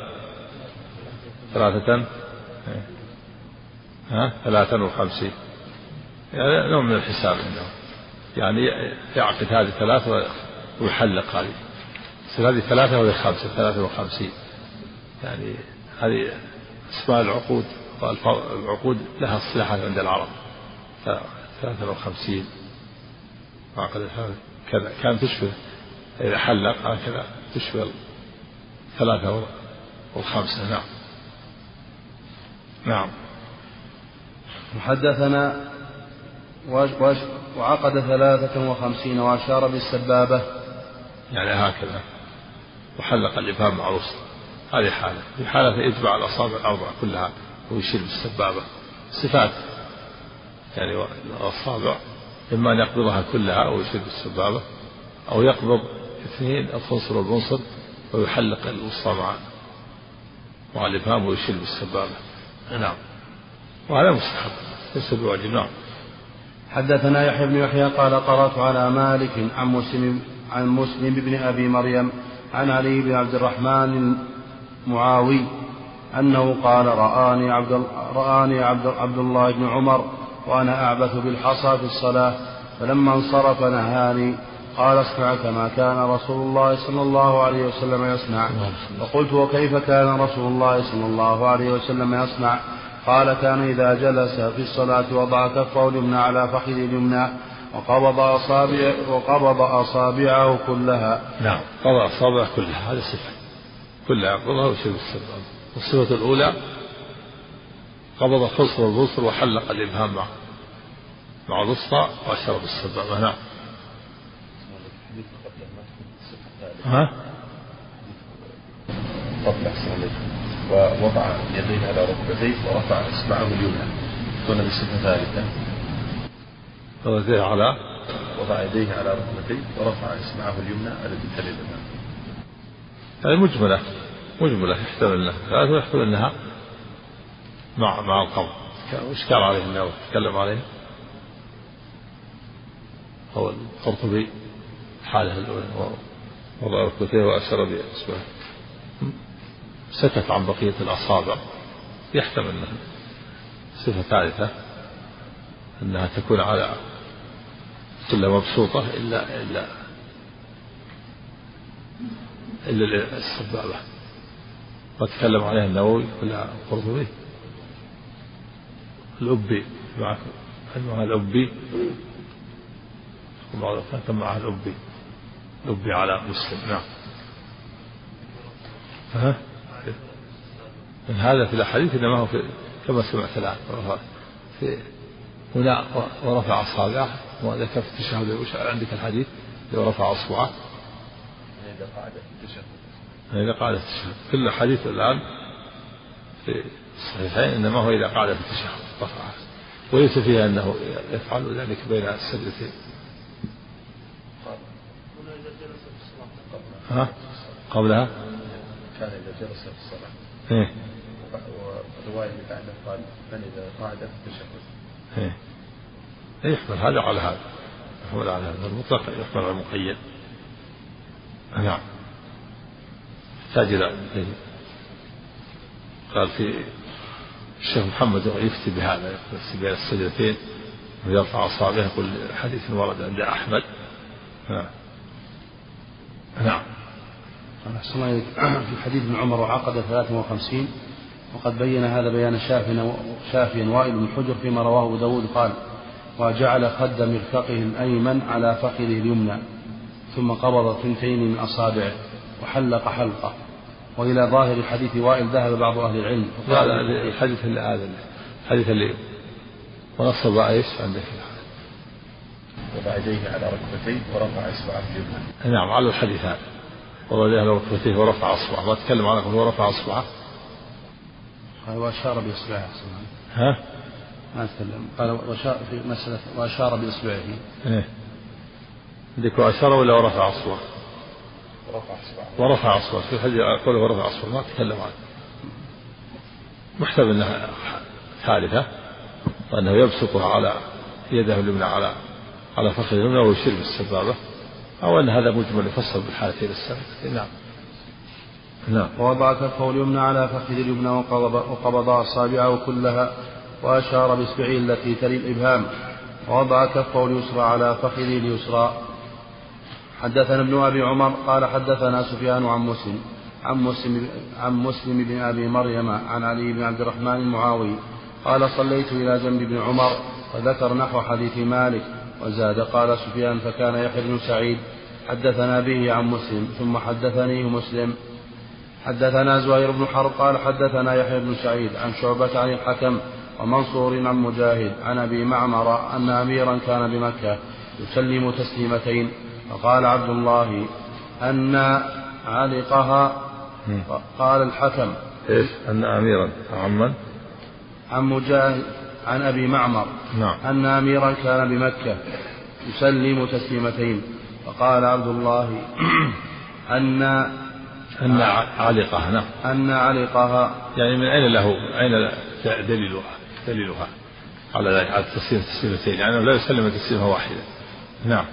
53 يعني نوع من الحساب عندهم، يعني يعقد هذه 3 ويحلق هذه، هذه 3 وهي 5، 53. يعني هذه اسماء العقود، العقود لها اصطلاحات عند العرب. 53 عقد كذا، كان تشبه إذا حلق هكذا تشبه 3 و5. نعم. نعم. محدثنا وعقد 53 وأشار بالسبابة، يعني هكذا، وحلق الإبهام مع الوسط، هذه حالة. في حالة يتبع الأصابع الأربعة كلها ويشيل بالسبابة، صفات يعني الأصابع إما أن يقبضها كلها ويشيل بالسبابة، أو يقبض 2 الخنصر والبنصر ويحلق الوسطى مع الإبهام ويشيل بالسبابة. نعم. وهذا مستحب ليس بواجب. نعم. حدثنا يحيى بن يحيى قال قرأت على مالك عن مسلم بن أبي مريم عن علي بن عبد الرحمن المعاوي أنه قال رآني عبد الله بن عمر وأنا أعبث بالحصى في الصلاة، فلما انصرف نهاني قال اصنع كما كان رسول الله صلى الله عليه وسلم يصنع. فقلت وكيف كان رسول الله صلى الله عليه وسلم يصنع؟ قال كان إذا جلس في الصلاة وضع كفه اليمنى على فخذه اليمنى وقبض أصابعه كلها. نعم، قبض أصابعه كلها، هذه صفة كلها يقبضها ويشيل بالسبابة. والصفة الأولى قبض الخنصر والبنصر وحلق الإبهام مع الوسطى وأشار بالسبابة. نعم. ووضع يديه على ركبتيه ورفع اصبعه اليمنى دون بصفه ثالثه. وضع يديه على ركبتيه ورفع اصبعه اليمنى التي تلي الامام. هذه مجمله يحتمل انها ثلاث ويحتمل انها مع القبض. واشكال عليه النووي تكلم عليه هو القرطبي حاله الاولى، وضع ركبتيه واشار باصبعه، سكت عن بقية الأصابع، يحتمل أنها صفة ثالثة أنها تكون على كلها مبسوطة إلا السبابة. وتكلم عليها النووي ولا القرطبي. الأبي معها الأبي وبعض كان معها الأبي على مسلم. نعم. من هذا في الأحاديث إنما هو كما سمعت الآن في هنا ورفع أصابعه، وذكر في التشهد عندك الحديث لو رفع أصبعه إذا قعد في التشهد. كل الحديث الآن في الصحيحين إنما هو إذا قعد في التشهد رفعه، وليس فيها أنه يفعل ذلك بين السجدتين. قبلها كان إذا جلس في الصلاة. والرواية اللي بعده قال من إذا قعد في التشهد. يحمل هذا على هذا، يحمل على هذا المطلق، يحمل على المقيد. نعم. ساجد قال في الشيخ محمد يفتي بهذا، يفتي بين السجدتين ويرفع أصابعه، كل حديث ورد عند أحمد. نعم. في حديث ابن عمر وعقد 53، وقد بين هذا بيان شافيا وائل بن حجر فيما رواه أبو داود قال: وجعل خد مرفقه الأيمن على فخذه اليمنى ثم قبض 2 من أصابعه وحلق حلقة. وإلى ظاهر حديث وائل ذهب بعض أهل العلم. الحديث اللي ونصب ايش عندك؟ وضع يديه على ركبتيه ورفع اصبعه اليمنى. نعم، على الحديث هذا وضع يديه على ركبتيه ورفع اصبعه. ما تكلم عنه هو رفع اصبعه وأشار بإصبعه. ما تكلم. قال في مسألة وأشار بإصبعه. عندك وأشار ولا ورفع أصبعه؟ ورفع أصبعه في الحديث قوله ورفع أصبعه، ما تكلم عنه. محتمل أنها ثالثة، وأنه يبسطها على يده اليمنى على فخذه اليمنى ويشير بالسبابة، أو أن هذا مجمل يفسر بالحالتين السابقتين. نعم. ووضع كفه اليمنى على فخذ اليمنى وقبض أصابعه كلها وأشار بإصبعه التي تلي الإبهام، ووضع كفه اليسرى على فخذه اليسرى. حدثنا ابن أبي عمر قال حدثنا سفيان عن مسلم بن أبي مريم عن علي بن عبد الرحمن المعاوي قال: صليت إلى جنب ابن عمر، وذكر نحو حديث مالك، وزاد قال سفيان: فكان يحيى بن سعيد حدثنا به عن مسلم ثم حدثنيه مسلم. حدثنا زهير بن حرب قال حدثنا يحيى بن سعيد عن شعبة عن الحكم ومنصور عن مجاهد عن أبي معمر أن أميرا كان بمكة يسلم تسليمتين، فقال عبد الله: أن علقها. قال الحكم: إيش؟ أن أميرا عن مجاهد عن أبي معمر. نعم. أن أميرا كان بمكة يسلم تسليمتين، فقال عبد الله: أن علقها. نعم. أن علقها، يعني من أين دليلها على ذلك، على التسليم تسليمتين، يعني لا يسلم تسليمة واحدة. نعم.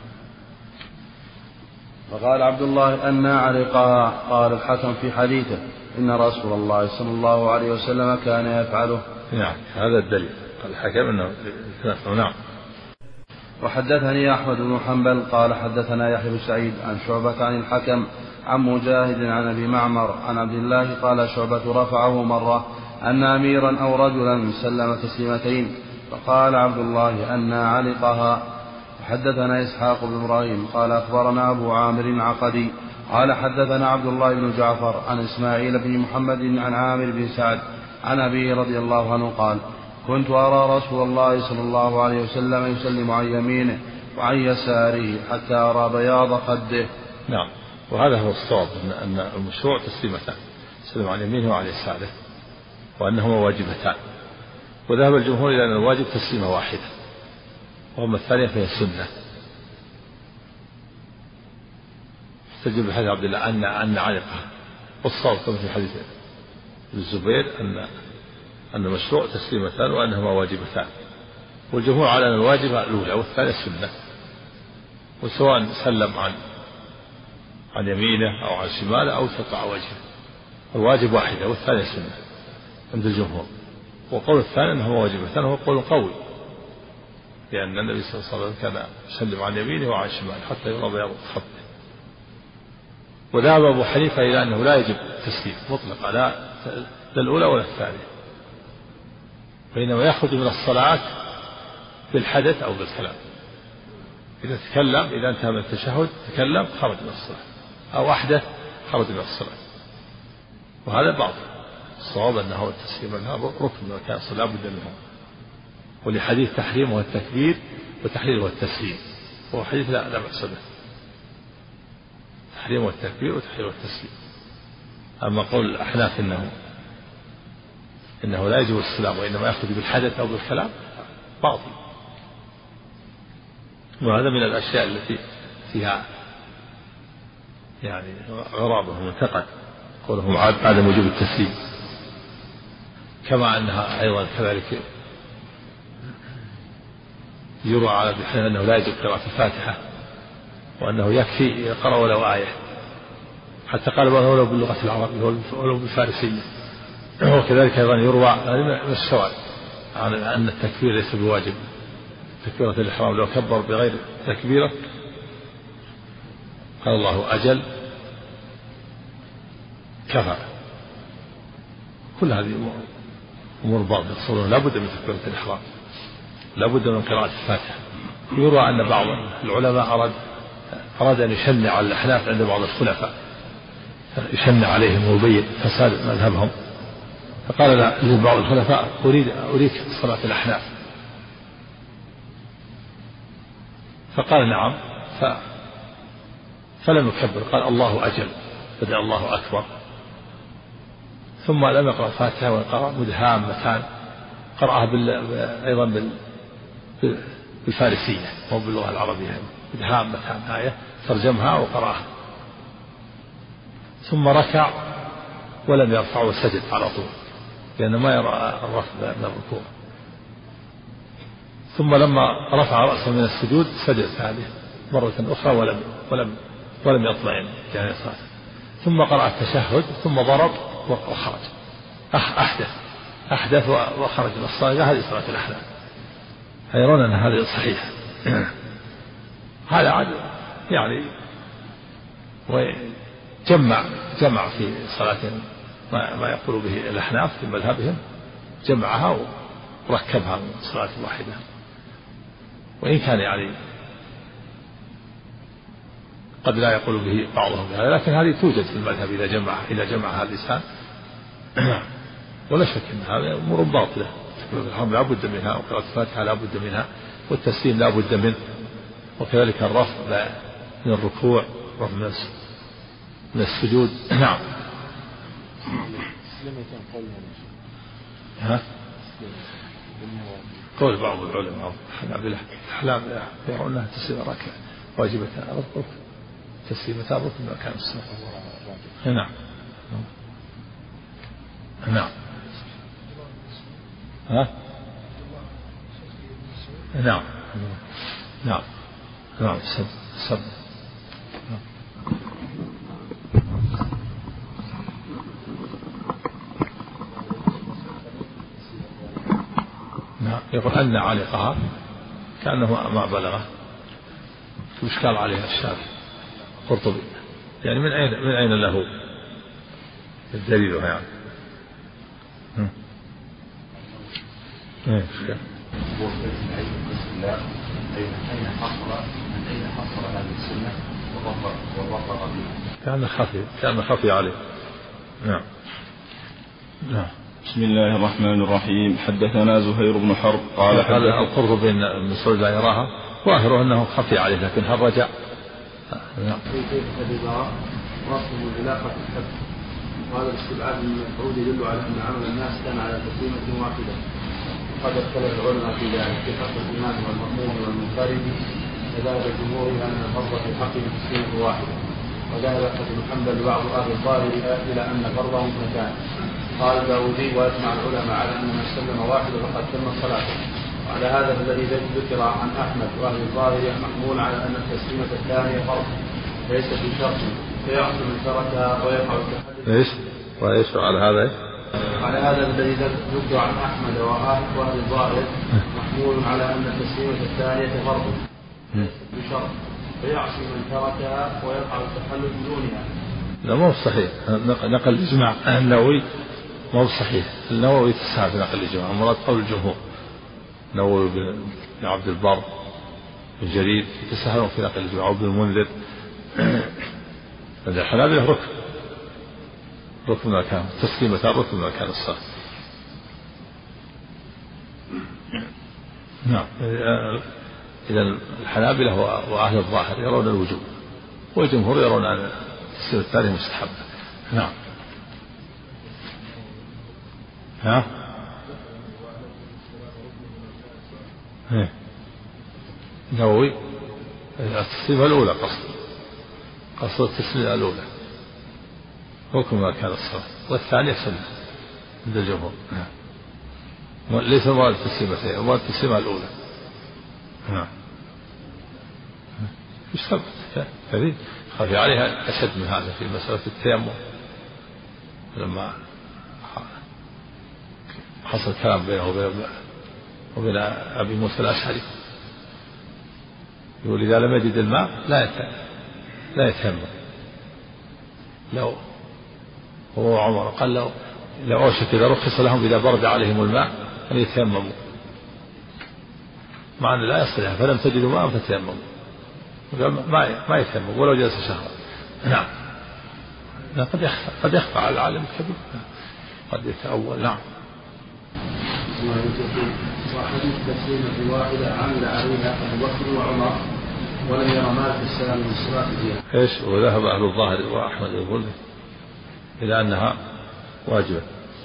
فقال عبد الله: أن علقها. قال الحكم في حديثه: إن رسول الله صلى الله عليه وسلم كان يفعله. نعم، هذا الدليل الحكم أنه. نعم. وحدثني أحمد بن حنبل قال حدثنا يحيى بن سعيد عن شعبة عن الحكم عن مجاهد عن أبي معمر عن عبد الله قال شعبة رفعه مرة أن أميرا أو رجلا سلم تسليمتين، فقال عبد الله: أن علقها. وحدثنا إسحاق بن إبراهيم قال أخبرنا أبو عامر العقدي قال حدثنا عبد الله بن جعفر عن إسماعيل بن محمد عن عامر بن سعد عن أبيه رضي الله عنه قال: كنت أرى رسول الله صلى الله عليه وسلم يسلم عن يمينه وعن يساره حتى أرى بياض خده. نعم. وهذا هو الصواب، أن المشروع تسليمتان، يسلم عن يمينه وعن يساره، وأنهما واجبتان. وذهب الجمهور إلى أن الواجب تسليمة واحدة، وأما الثانية فهي سنة. استجب بحديث عبد الله أن علقها، والصواب كما في حديث الزبير أن المشروع تسليمتان وأنهما واجبتان، والجمهور على أن الواجبة الأولى والثانية سنة، وسواء سلم عن يمينه أو عن شماله أو تقع وجهه، الواجب واحدة والثانية سنة عند الجمهور. وقول الثاني أنهما واجبتان هو قول قوي، لأن النبي صلى الله عليه وسلم كان يسلم عن يمينه وعن شماله حتى يرى بياض خده. وذهب أبو حنيفة إلى أنه لا يجب التسليم مطلقا، لا الأولى ولا الثانية، بينما يخرج من الصلاة بالحدث أو بالكلام. إذا تكلم، إذا انتهى من التشهد تكلم خرج من الصلاة، أو أحدث خرج من الصلاة، وهذا باطل. الصواب أنه التسليم أنها ركن من أركان الصلاة لا بد منه، ولحديث تحريم هو التكبير وتحليل هو التسليم، وهو حديث لا بأس به، تحريم والتكبير وتحليل والتسليم. أما قول الأحناف إنه لا يجب السلام وإنما يأخذ بالحدث أو بالكلام باطل، وهذا من الأشياء التي فيها يعني غرابة ومنتقد، قولهم عدم وجوب التسليم، كما أنها أيضا كذلك يروى على ابن حنيفة أنه لا يجب قراءة الفاتحة، وأنه يكفي يقرأ ولو آية، حتى قال ولو باللغة العربية ولو بالفارسية. وكذلك أيضا يروى من الشواذ عن أن التكبير ليس بواجب، تكبيرة الإحرام لو كبر بغير تكبيرة قال الله أجل كفى. كل هذه أمور باطلة، يقولون لا بد من تكبيرة الإحرام، لا بد من قراءة الفاتحة. يروى أن بعض العلماء أراد أن يشنع على الأحناف عند بعض الخلفاء، يشنع عليهم ويبين فساد مذهبهم، فقال لبعض الخلفاء أريك صلاة الأحناف، فقال نعم، فلم يكبر، قال الله أجل، بدأ الله أكبر، ثم لم يقرأ الفاتحة وقرأ مدهامتان، قرأها أيضا بالفارسية أو باللغة العربية، مدهامتان آية ترجمها وقرأها، ثم ركع ولم يرفع وسجد على طول، لأنه ما يرى الرفع من الركوع، ثم لما رفع رأسه من السجود سجد ثانية مرة أخرى ولم يطمئن يعني صلاة، ثم قرأ التشهد ثم ضرب وخرج، أحدث وخرج من الصلاة. هذه صلاة الأحلام، يرون أن هذه صحيحة. هذا عدل يعني، وجمع في صلاة ما يقول به الأحناف في مذهبهم، جمعها وركبها من صلاة واحدة، وإن كان يعني قد لا يقول به بعضهم بهذا، لكن هذه توجد في المذهب إذا جمعها اللسان. ولا شك أن هذا أمور باطلة، الحرم لا بد منها، وقراءة الفاتحة لا بد منها، والتسليم لا بد منه، وكذلك الرفع من الركوع، رفع من السجود. نعم. قول بعض العلماء الأحلام يرون أنها تسليم ركعة واجبة تسليمتها ركن من أركان الصلاة. نعم. نعم. نعم. نعم. نعم. سب. نعم. يقول أن علقها كأنه ما بلغه، وإشكال عليها الشافعي قرطبي، يعني من أين له الدليل يعني؟ أين حصل هذه السنة وظفر بها؟ كان خفي عليه. نعم. نعم. بسم الله الرحمن الرحيم. حدثنا زهير بن حرب قال هذا القرب بين مسعود لا يراها، ظاهره أنه خفي عليه، لكن هل رجع؟ نعم. كيف الإبراء رسم علاقة الحد، وهذا الاستبعاد من المفعول يدل على أن عمل الناس كان على تسليمة واحدة، وقد اختلف العلماء في ذلك في حق الإمام والمأموم والمنفرد، فذهب الجمهور إلى أن الفرض في حق تسليمة واحدة، وذهب أحمد بن حنبل وبعض أهل الظاهر إلى أن فرضهم اثنتان. قال داودي ويجمع العلماء على أن من سلم واحد فقد تم صلاته، وعلى هذا الذي ذكر عن أحمد وأهل الظاهر محمول على أن التسليمة الثانية فرض ليس في شرط، فيعصي من تركها ويقع التحدث. وإيش على هذا؟ على هذا الذي ذكر عن أحمد وأهل الظاهر محمول على أن التسليمة الثانية فرض ليس بشرط، فيعصي من تركها ويقع التحلل بدونها، لا مو صحيح، نقل الإجماع النووي مو صحيح. النووي تساهل في نقل الإجماع، مراد قول الجمهور. النووي بن عبد البر بن جرير يتساهلون في نقل الإجماع، وابن المنذر. الحنابلة ركن ما كان تسليمتان، ركن ما كان الصلاة. نعم. إذا الحنابلة وأهل الظاهر يرون الوجوب، والجمهور يرون أن التسليم الثاني مستحب. نعم. النووي التسليمة الأولى قصد التسليمة الأولى ركن ما كان الصلاة، والثانية سنة عند الجمهور. ليس مراد التسليمتين، مراد التسليمة الأولى. مش ثبت هذه خفي عليها أشد من هذا في مسألة التيمم، لما حصل كلام بينه وبين أبي موسى الأشعري، يقول إذا لم يجد الماء لا يتيمم. لو هو عمر قال لو أوشك إذا رخص لهم إذا برد عليهم الماء أن يتيمموا، مع أن لا يصلها، فلم تجدوا ماء فتيمموا، ما يتيمم ولو جلس شهرا. نعم. قد يخفى على العالم الكبير، قد يتأول. نعم. وحديث تسليمة واحدة عمل عليها أبو بكر وعمر ولم ير مالك السلام من الصلاة فيها. ايش؟ وذهب أهل الظاهر وأحمد يقول إلى أنها واجبة.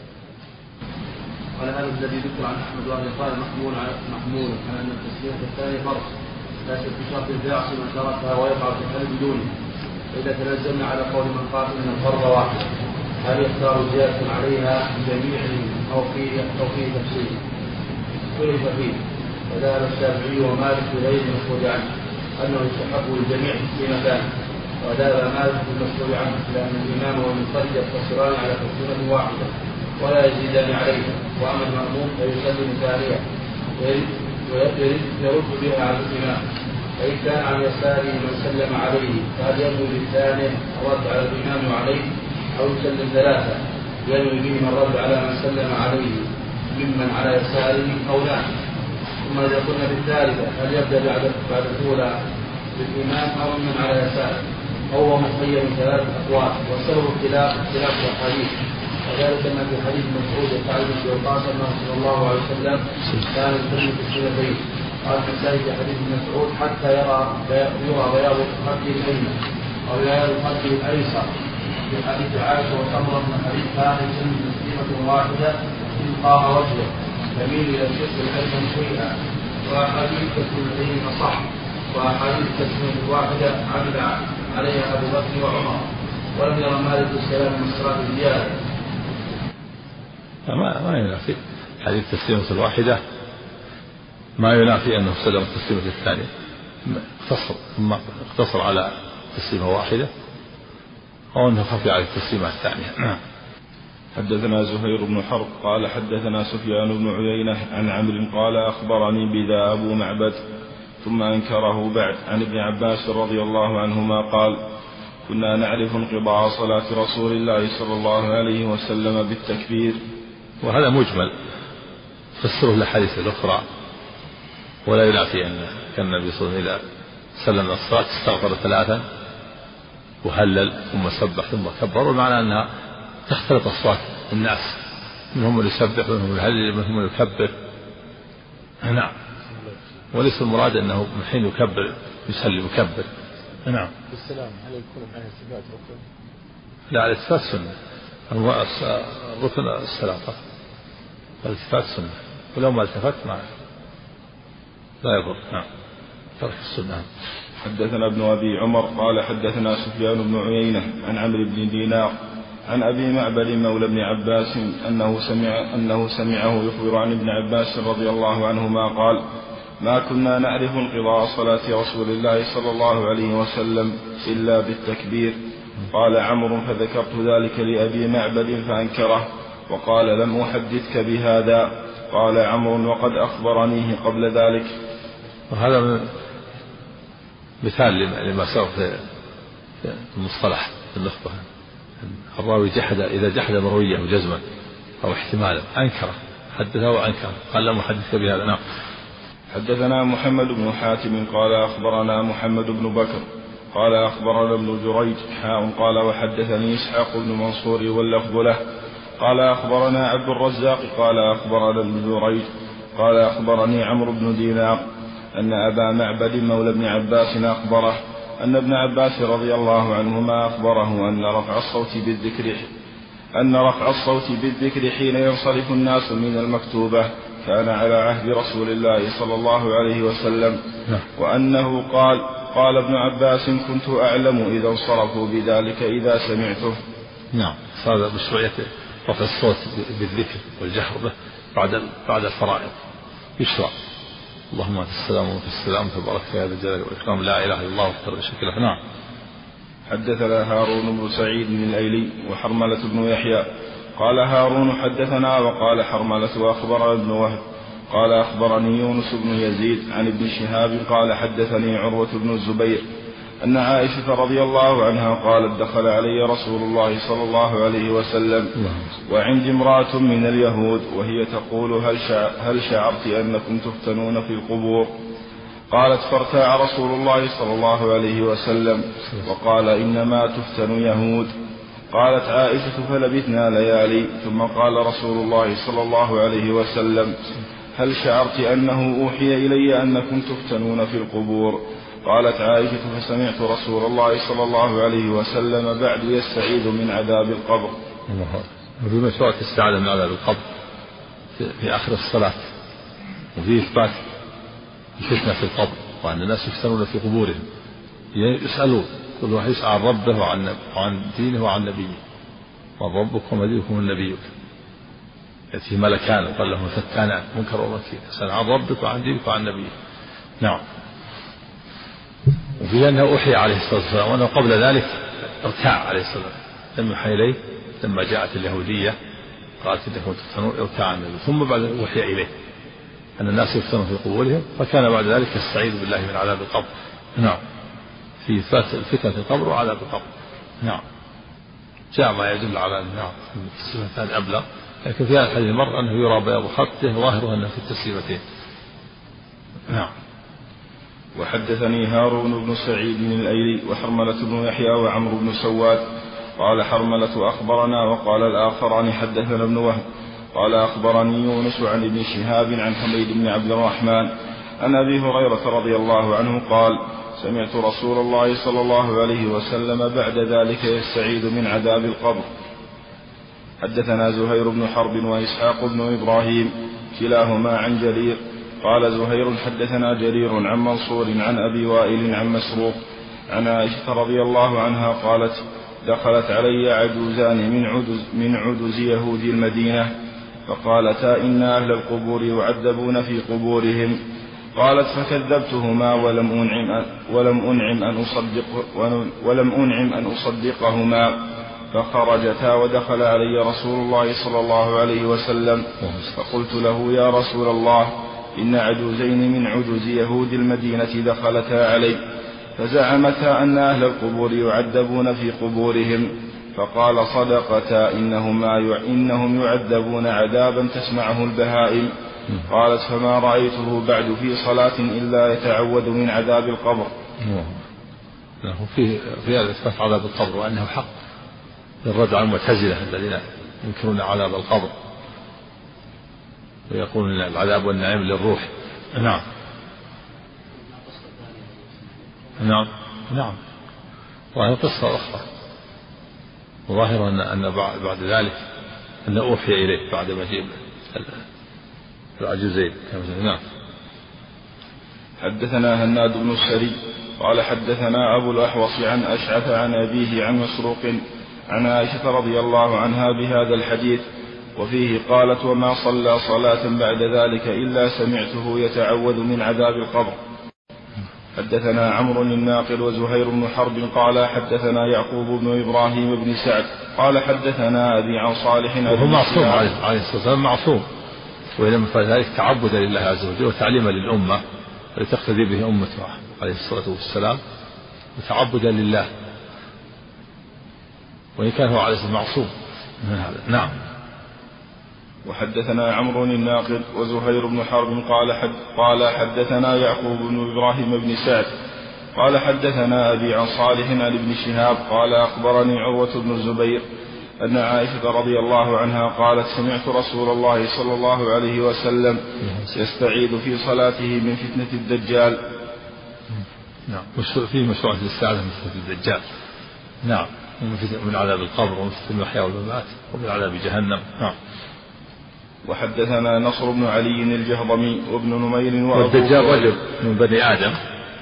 قال هذا الذي ذكر عن أحمد وأهل قال محمول على أن التسليمة الثانية فرض، لكن بشرط الفعل من تركها ويقع في الحل بدونه. فإذا تنزلنا على قول من قال إن الفرض واحد، هل يختار زيادة عليها بجميعهم أو في تفسير؟ اختلف فيه، فذهب الشافعي ومالك بغير المشهور عنه أنه يستحب للجميع تسليمتان، وذهب مالك بالمشهور عنه لأن الإمام والمنفرد يقتصران على تسليمة واحدة ولا يزيدان عليها، وأما المأموم فيسلم ثانية يرد بها على الإمام. فإن كان عن يساره من سلم عليه فهل ينوي بالثاني الرد على الإمام وعليه، أو يسلم ثلاثة ينوي بهما الرد على من سلم عليه ممن على يساره أو لا؟ ثم إذا قلنا بالثالثة هل يبدأ بعد الأولى بالإمام أو ممن على يساره؟ هو مخير من ثلاثة أقوال، والسبب اختلاف الحديث، وذلك أن في حديث مسعود وقال في وقاص أنه صلى الله عليه وسلم كان يسلم في السنتين. قال في في حديث مسعود حتى يرى بياض خده الأيمن أو بياض خده الأيسر. في حديث عائشة وسمرة من حديث كان يسلم تسليمة واحدة تلقاء وجهه يميل إلى الشق الأيمن شيئا. وأحاديث السنتين صح، وأحاديث التسليمة الواحدة عمل عليها أبو بكر وعمر، ولم يرى مالك السلام من الصلاة زيادة. ما ينافي حديث التسليمة الواحدة، ما ينافي أنه سلم التسليمة الثانية، اقتصر على تسليمة واحدة، أو أنه خفي على التسليمة الثانية. حدثنا زهير بن حرب قال حدثنا سفيان بن عيينة عن عمرو قال أخبرني بذا أبو معبد، ثم أنكره بعد عن ابن عباس رضي الله عنهما قال كنا نعرف انقضاء صلاة رسول الله صلى الله عليه وسلم بالتكبير. وهذا مجمل فسره الأحاديث الأخرى، ولا ينافي أن كان النبي صلى الله عليه وسلم إذا سلم الصلاة استغفر ثلاثا وهلل ثم سبح ثم كبر، والمعنى أنها تختلط أصوات الناس، منهم من يسبح ومنهم من يهلل ومنهم من يكبر. نعم. وليس المراد أنه من حين يكبر يسلم يكبر. نعم. السلام هل يكون معه التفات ركن؟ لا، الالتفات سنة، الركن السلام فقط، الالتفات سنة، ولو ما التفت معه لا يضر. نعم. ترك السنة. حدثنا ابن أبي عمر قال حدثنا سفيان بن عيينة عن عمرو بن دينار عن أبي معبد مولى ابن عباس أنه سمعه يخبر عن ابن عباس رضي الله عنهما قال ما كنا نعرف انقضاء صلاة رسول الله صلى الله عليه وسلم إلا بالتكبير. قال عمرو فذكرت ذلك لأبي معبد فأنكره وقال لم أحدثك بهذا. قال عمرو وقد أخبرنيه قبل ذلك. وهذا مثال لما سبق في المصطلح في النخبة، الراوي إذا جحد مرويه وجزما أو احتمالا أنكره حدثه وأنكره قال لم أحدثك بهذا. نعم. حدثنا محمد بن حاتم قال أخبرنا محمد بن بكر قال أخبرنا ابن جريج قال وحدثني إسحاق بن منصور واللفظ له قال أخبرنا عبد الرزاق قال أخبرنا ابن جريج قال أخبرني عمرو بن دينار أن أبا معبد مولى ابن عباس أخبره أن ابن عباس رضي الله عنهما أخبره أن رفع الصوت بالذكر حين ينصرف الناس من المكتوبة كان على عهد رسول الله صلى الله عليه وسلم، وأنه قال ابن عباس كنت أعلم إذا انصرفوا بذلك إذا سمعته. نعم. هذا مشروعية رفع الصوت بالذكر والجهر به بعد الفرائض يشرع. اللهم أنت السلام وأنت السلام تبارك في هذا الجلال والإكرام لا إله إلا الله وحده لا شريك له. نعم. حدثنا هارون بن سعيد الأيلي وحرملة بن يحيى قال هارون حدثنا وقال حرملة أخبرنا ابن وهب قال أخبرني يونس بن يزيد عن ابن شهاب قال حدثني عروة بن الزبير أن عائشة رضي الله عنها قالت دخل علي رسول الله صلى الله عليه وسلم وعندي امرأة من اليهود وهي تقول هل شعرت أنكم تفتنون في القبور؟ قالت فارتاع رسول الله صلى الله عليه وسلم وقال إنما تفتن يهود. قالت عائشة فلبثنا ليالي ثم قال رسول الله صلى الله عليه وسلم هل شعرت أنه أوحي إلي أنكم تفتنون في القبور؟ قالت عائشة فسمعت رسول الله صلى الله عليه وسلم بعد يستعيذ من عذاب القبر. وفي مشروع استعاذة من عذاب القبر في آخر الصلاة وفي إثبات الفتنة في القبر وأن الناس يفتنون في قبورهم يسألون كل واحد يسأل عن ربه وعن دينه وعن نبيه من ربك وما دينك ومن نبيك يأتيه ملكان وقال لهم فتانان منكر ونكير يسأل عن ربك وعن دينك وعن نبيك. نعم. وفي أنه أوحي عليه الصلاة والسلام وأنه قبل ذلك ارتاع عليه الصلاة والسلام لم يوحى إليه لما جاءت اليهودية قالت إنكم تفتنون ارتاع النبي ثم بعد وحي إليه أن الناس يفتنون في قبورهم فكان بعد ذلك يستعيذ بالله من عذاب القبر. نعم. في إثبات الفتنة في القبر وعذاب القبر. نعم. جاء ما يدل على نعم التسليمتان أبلغ لكن في هذا الحديث المرء أنه يرى بياض خطه ظاهره أنه في التسليمتين. نعم. وحدثني هارون بن سعيد الأيلي وحرملة بن يحيى وعمرو بن سواد قال حرملة أخبرنا وقال الآخران حدثنا ابن وهب قال أخبرني يونس عن ابن شهاب عن حميد بن عبد الرحمن عن أبي هريرة رضي الله عنه قال سمعت رسول الله صلى الله عليه وسلم بعد ذلك يستعيذ من عذاب القبر. حدثنا زهير بن حرب وإسحاق بن إبراهيم كلاهما عن جرير قال زهير حدثنا جرير عن منصور عن أبي وائل عن مسروق عن عائشة رضي الله عنها قالت دخلت علي عجوزان من عجوز يهود المدينة فقالتا إن أهل القبور يعذبون في قبورهم. قالت فكذبتهما ولم أنعم أن أصدقهما فخرجتا ودخل علي رسول الله صلى الله عليه وسلم فقلت له يا رسول الله إن عجوزين من عجوز يهود المدينة دخلتا علي فزعمتا أن أهل القبور يعذبون في قبورهم فقال صدقتا إنهم يعذبون عذابا تسمعه البهائم. قالت فما رأيته بعد في صلاة إلا يتعوذ من عذاب القبر. في هذا إثبات عذاب القبر وأنه حق للرد على المعتزلة الذين ينكرون عذاب القبر ويقولون العذاب والنعيم للروح. نعم. نعم. نعم. وهي قصة أخرى وظاهر أن بعد ذلك أن أوحي إليه بعد مجيء العجوزين. نعم. حدثنا هناد بن السري قال حدثنا أبو الأحوص عن أشعث عن أبيه عن مسروق عن عائشة رضي الله عنها بهذا الحديث وفيه قالت وما صلى صلاة بعد ذلك إلا سمعته يتعوذ من عذاب القبر. حدثنا عمرو الناقل وزهير بن حرب قال حدثنا يعقوب بن إبراهيم بن سعد قال حدثنا أبي عن صالح وهو معصوم عليه الصلاة والسلام معصوم وإنما فذلك تعبدا لله عز وجل وتعليما للأمة ولتقتدي به أمته عليه الصلاة والسلام وتعبدا لله وإن كان هو عليه معصوم من هذا. نعم. وحدثنا عمرو الناقد وزهير بن حرب قال حدثنا يعقوب بن إبراهيم بن سعد قال حدثنا أبي عن صالح عن ابن شهاب قال أخبرني عروة بن الزبير أن عائشة رضي الله عنها قالت سمعت رسول الله صلى الله عليه وسلم يستعيذ في صلاته من فتنة الدجال. نعم. في مشروع الاستعاذة من فتنة الدجال. نعم. من عذاب القبر ومن فتنة المحيا والممات ومن عذاب جهنم. نعم. وحدثنا نصر بن علي الجهضمي وابن نمير والدجال رجل من بني آدم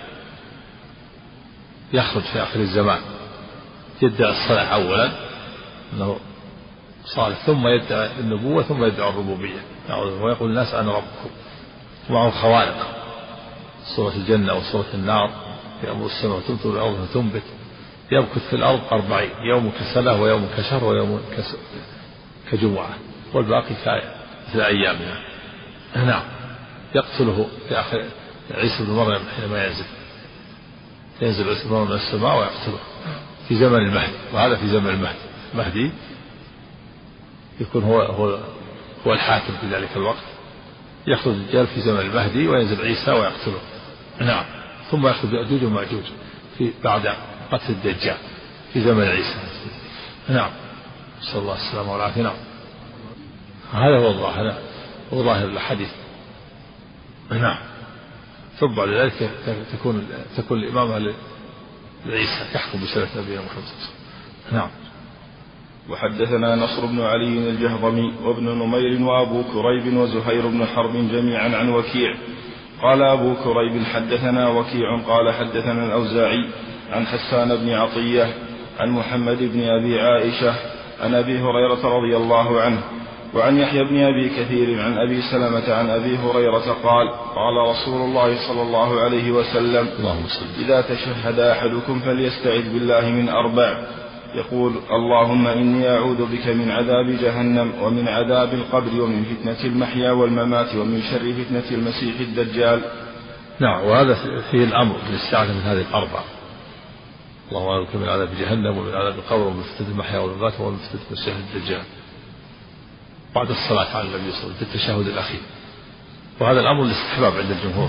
يخرج في آخر الزمان يدعي الصلاة أولا أنه صالح ثم يدعي النبوة ثم يدعي الربوبية ويقول الناس أنا ربكم. ومعه خوارق صورة الجنة وصورة النار يأمر السماء وتمطر الأرض وتنبت يمكث في الأرض 40 يوم كسنة ويوم كشهر ويوم كجمعة والباقي مثل أيامنا. نعم. يقتله في آخر عيسى بن مريم حينما ينزل عيسى بن مريم من السماء ويقتله في زمن المهدي. وهذا في زمن المهدي يكون هو الحاكم في ذلك الوقت. يأخذ الدجال في زمن المهدي وينزل عيسى ويقتله. نعم. ثم يأخذ يأجوج ومأجوج بعد قتل الدجال في زمن عيسى. نعم. نسأل الله السلامة والعافية. نعم. هذا هو ظاهر الحديث. نعم. ثم بعد ذلك تكون الإمامة لعيسى يحكم بسنة نبينا محمد صلى الله عليه وسلم. نعم. وحدثنا نصر بن علي الجهضمي وابن نمير وأبو كريب وزهير بن حرب جميعا عن وكيع قال أبو كريب حدثنا وكيع قال حدثنا الأوزاعي عن حسان بن عطية عن محمد بن أبي عائشة عن أبي هريرة رضي الله عنه وعن يحيى بن أبي كثير عن أبي سلمة عن أبي هريرة قال قال رسول الله صلى الله عليه وسلم إذا تشهد أحدكم فليستعذ بالله من 4 يقول اللهم إني أعوذ بك من عذاب جهنم ومن عذاب القبر ومن فتنة المحيا والممات ومن شر فتنة المسيح الدجال. نعم. وهذا فيه الأمر بالاستعاذة من هذه 4. اللهم أعوذ بك من عذاب جهنم ومن عذاب القبر ومن فتنة المحيا والممات ومن فتنة المسيح الدجال بعد الصلاة على النبي صلى الله عليه وسلم في التشهد الأخير. وهذا الأمر الاستحباب عند الجمهور.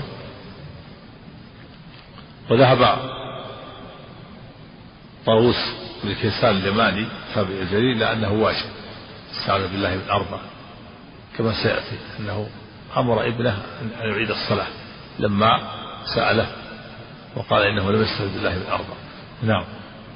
وذهب طاووس بن كيسان اليماني تابعي الجليل لأنه واجب استعاذ بالله من 4 كما سيأتي أنه أمر ابنه أن يعيد الصلاة لما سأله وقال إنه لم يستعذ بالله من 4. نعم.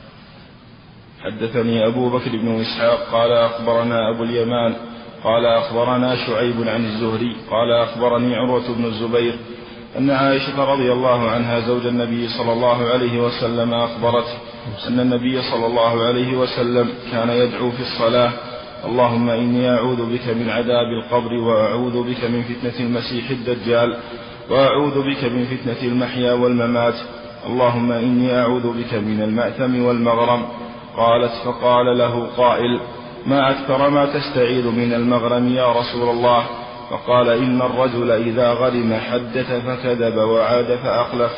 حدثني أبو بكر بن إسحاق قال أخبرنا أبو اليمان قال أخبرنا شعيب عن الزهري قال أخبرني عروة بن الزبير أن عائشة رضي الله عنها زوج النبي صلى الله عليه وسلم أخبرته أن النبي صلى الله عليه وسلم كان يدعو في الصلاة اللهم إني أعوذ بك من عذاب القبر وأعوذ بك من فتنة المسيح الدجال وأعوذ بك من فتنة المحيا والممات اللهم إني أعوذ بك من المأثم والمغرم. قالت فقال له قائل ما أكثر ما تستعيذ من المغرم يا رسول الله؟ فقال إن الرجل إذا غرم حدث فكذب وعاد فأخلف.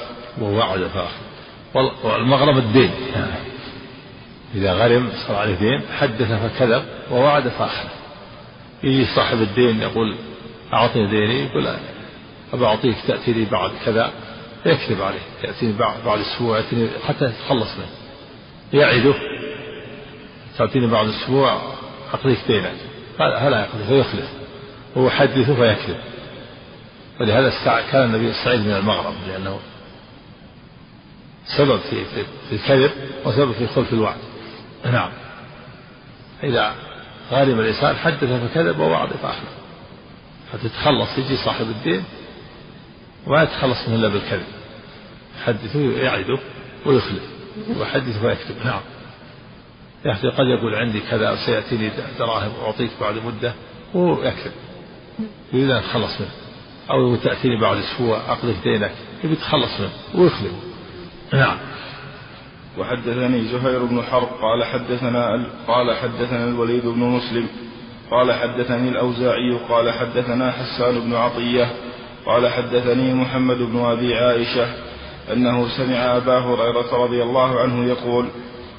والمغرم الدين إذا غرم صار عليه دين حدث فكذب ووعد فأخلف. يجي صاحب الدين يقول أعطني ديني يقول أبى أعطيك تأتيني بعد كذا يكذب عليه يأتيني بعد أسبوع يأتيني حتى يتخلص منه يعده تأتيني بعد أسبوع أعطيك دينك هلا يقضي فيخلف ويحدث فيكذب. ولهذا كان النبي يستعيذ من المغرم لأنه سبب في الكذب وسبب في خلف الوعد. نعم. إذا غارم الإنسان حدث فكذب ووعد فأخلف حتى يتخلص يجي صاحب الدين وما يتخلص منه إلا بالكذب يحدثه يعده ويخلف ويحدث ويكذب. نعم. قد يقول عندي كذا سيأتيني دراهم أعطيك بعد مدة ويكذب يريد أن يتخلص منه أو تأتيني بعد أسبوع أقضي دينك يبي يتخلص منه ويخلف. نعم. وحدثني زهير بن حرب قال حدثنا الوليد بن مسلم قال حدثني الأوزاعي قال حدثنا حسان بن عطية قال حدثني محمد بن أبي عائشة أنه سمع أبا هريرة رضي الله عنه يقول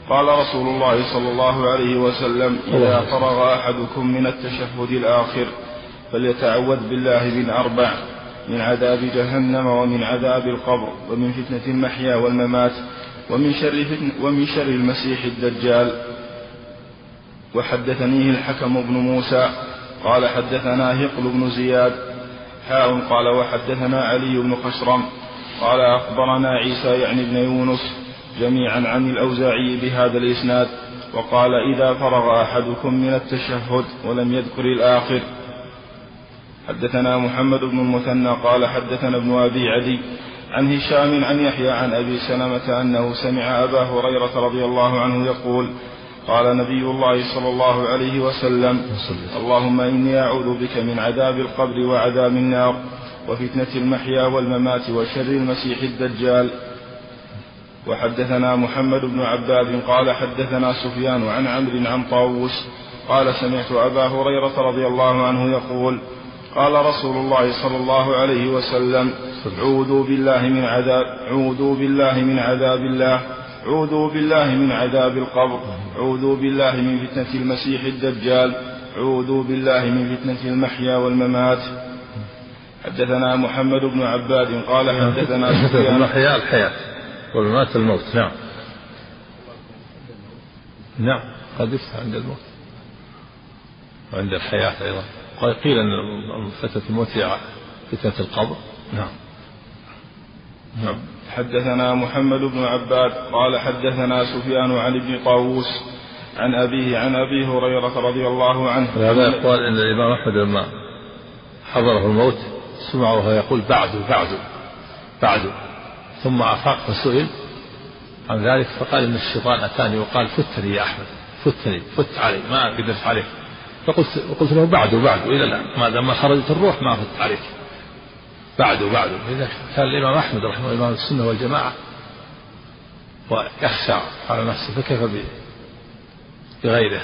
قال رسول الله صلى الله عليه وسلم: إذا فرغ أحدكم من التشهد الآخر فليتعوذ بالله من 4: من عذاب جهنم، ومن عذاب القبر، ومن فتنة المحيا والممات، ومن شر المسيح الدجال. وحدثنيه الحكم بن موسى قال حدثنا هقل بن زياد قال وحدثنا علي بن خشرم قال أخبرنا عيسى يعني بن يونس جميعا عن الأوزاعي بهذا الإسناد، وقال: إذا فرغ أحدكم من التشهد، ولم يذكر الآخر. حدثنا محمد بن المثنى قال حدثنا ابن أبي عدي عن هشام عن يحيى عن أبي سلمة أنه سمع أبا هريرة رضي الله عنه يقول: قال نبي الله صلى الله عليه وسلم: اللهم إني أعوذ بك من عذاب القبر وعذاب النار وفتنة المحيا والممات وشر المسيح الدجال. وحدثنا محمد بن عباد قال حدثنا سفيان عن عمرو عن طاووس قال سمعت أبا هريرة رضي الله عنه يقول: قال رسول الله صلى الله عليه وسلم: عوذوا بالله من عذاب الله، عوذوا بالله من عذاب القبر، عوذوا بالله من فتنة المسيح الدجال، عوذوا بالله من فتنة المحيا والممات. حدثنا محمد بن عباد قال حدثنا سفيان. المحيا الحياة والممات الموت. نعم قد يفتح عند الموت وعند الحياة أيضا. قيل أن فتنة الموت هي فتنة القبر. نعم. حدثنا محمد بن عباد قال حدثنا سفيان عن ابن طاووس عن أبيه عن أبي هريرة رضي الله عنه. هذا يقول أن الإمام أحمد لما حضره الموت سمعه يقول: بعد، ثم أفاق فسئل عن ذلك فقال: إن الشيطان أتاني وقال: فتني يا أحمد، فت علي، ما قدرت عليك. فقلت له: بعد إلى الآن ما دام خرجت الروح ما فت عليك، بعد. إذا كان الإمام أحمد رحمه الله السنة والجماعة ويخشى على نفسه فكيف بغيره.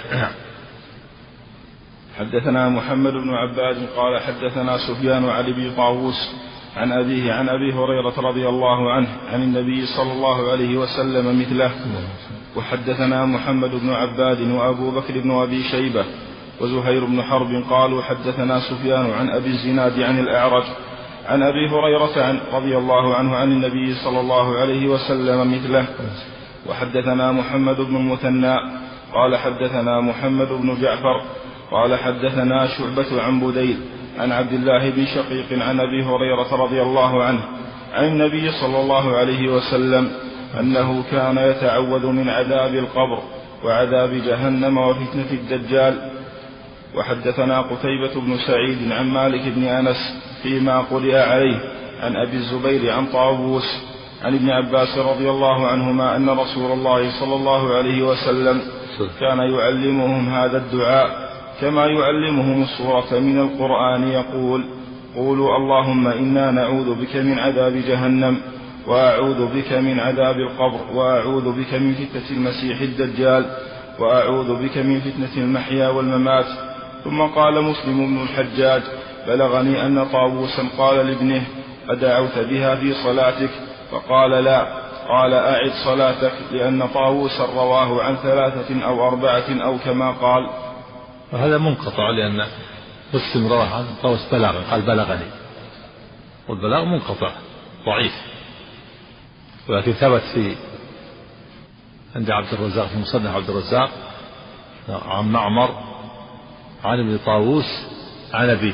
حدثنا محمد بن عباد قال حدثنا سفيان عن ابي طاووس عن أبيه عن أبي هريرة رضي الله عنه عن النبي صلى الله عليه وسلم مثله. وحدثنا محمد بن عباد وأبو بكر بن أبي شيبة وزهير بن حرب قالوا حدثنا سفيان عن أبي الزناد عن الأعرج عن أبي هريرة رضي الله عنه عن النبي صلى الله عليه وسلم مثله. وحدثنا محمد بن المثنى قال حدثنا محمد بن جعفر قال حدثنا شعبة عن بديل عن عبد الله بن شقيق عن أبي هريرة رضي الله عنه عن النبي صلى الله عليه وسلم أنه كان يتعوذ من عذاب القبر وعذاب جهنم وفتنة الدجال. وحدثنا قتيبة بن سعيد عن مالك بن أنس فيما قرئ عليه عن أبي الزبير عن طاووس عن ابن عباس رضي الله عنهما أن رسول الله صلى الله عليه وسلم كان يعلمهم هذا الدعاء كما يعلمهم السورة من القرآن يقول: قولوا اللهم إنا نعوذ بك من عذاب جهنم وأعوذ بك من عذاب القبر وأعوذ بك من فتنة المسيح الدجال وأعوذ بك من فتنة المحيا والممات. ثم قال مسلم بن الحجاج: بلغني أن طاووسا قال لابنه: أدعوت بها في صلاتك؟ فقال: لا. قال: أعد صلاتك، لأن طاووسا رواه عن 3 أو 4 أو كما قال. وهذا منقطع لأن مسلم رواه عن طاووس قال بلغني، والبلاغ منقطع ضعيف، ولكن ثبت في عند عبد الرزاق في مصنف عبد الرزاق عن معمر عن ابن طاووس عن أبيه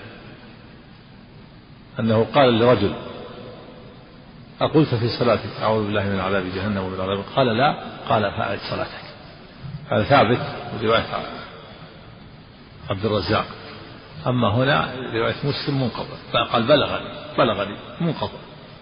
أنه قال لرجل: أقلت في صلاتك أعوذ بالله من عذاب جهنم ومن عذاب؟ قال: لا. قال: فأعد صلاتك. هذا ثابت رواية عبد الرزاق. أما هنا رواية مسلم منقطع، قال بلغني منقطع،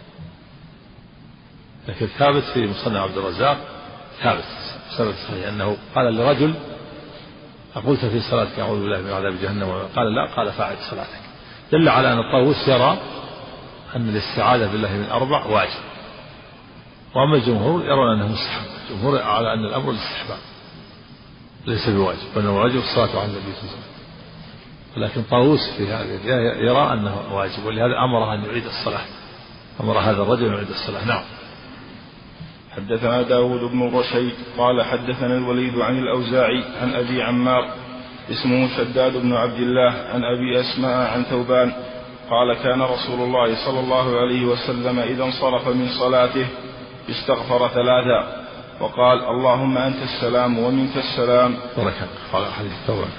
لكن ثابت في مصنف عبد الرزاق ثابت صحيح أنه قال لرجل: أقلت في صلاتك أعوذ بالله من عذاب جهنم؟ قال: لا. قال: فأعد صلاتك. دل على أن الطاووس يرى أن الاستعاذة بالله من 4 واجب، وأما الجمهور يرون أنه مستحب. الجمهور على أن الأمر الاستحباب ليس بواجب، بل واجب الصلاة على النبي صلى الله عليه وسلم، ولكن طاووس في هذه يرى أنه واجب، ولهذا أمره أن يعيد الصلاة، أمر هذا الرجل أن يعيد الصلاة. نعم. حدثنا داود بن رشيد قال حدثنا الوليد عن الأوزاعي عن أبي عمار اسمه شداد بن عبد الله عن أبي أسماء عن ثوبان قال كان رسول الله صلى الله عليه وسلم إذا انصرف من صلاته استغفر 3 وقال اللهم أنت السلام ومنك السلام. قال حديث ثوبان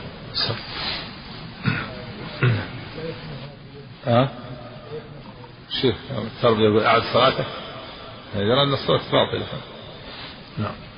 شيخ التربية يقول أعد صلاتك يرى أن الصلاة باطلة. نعم.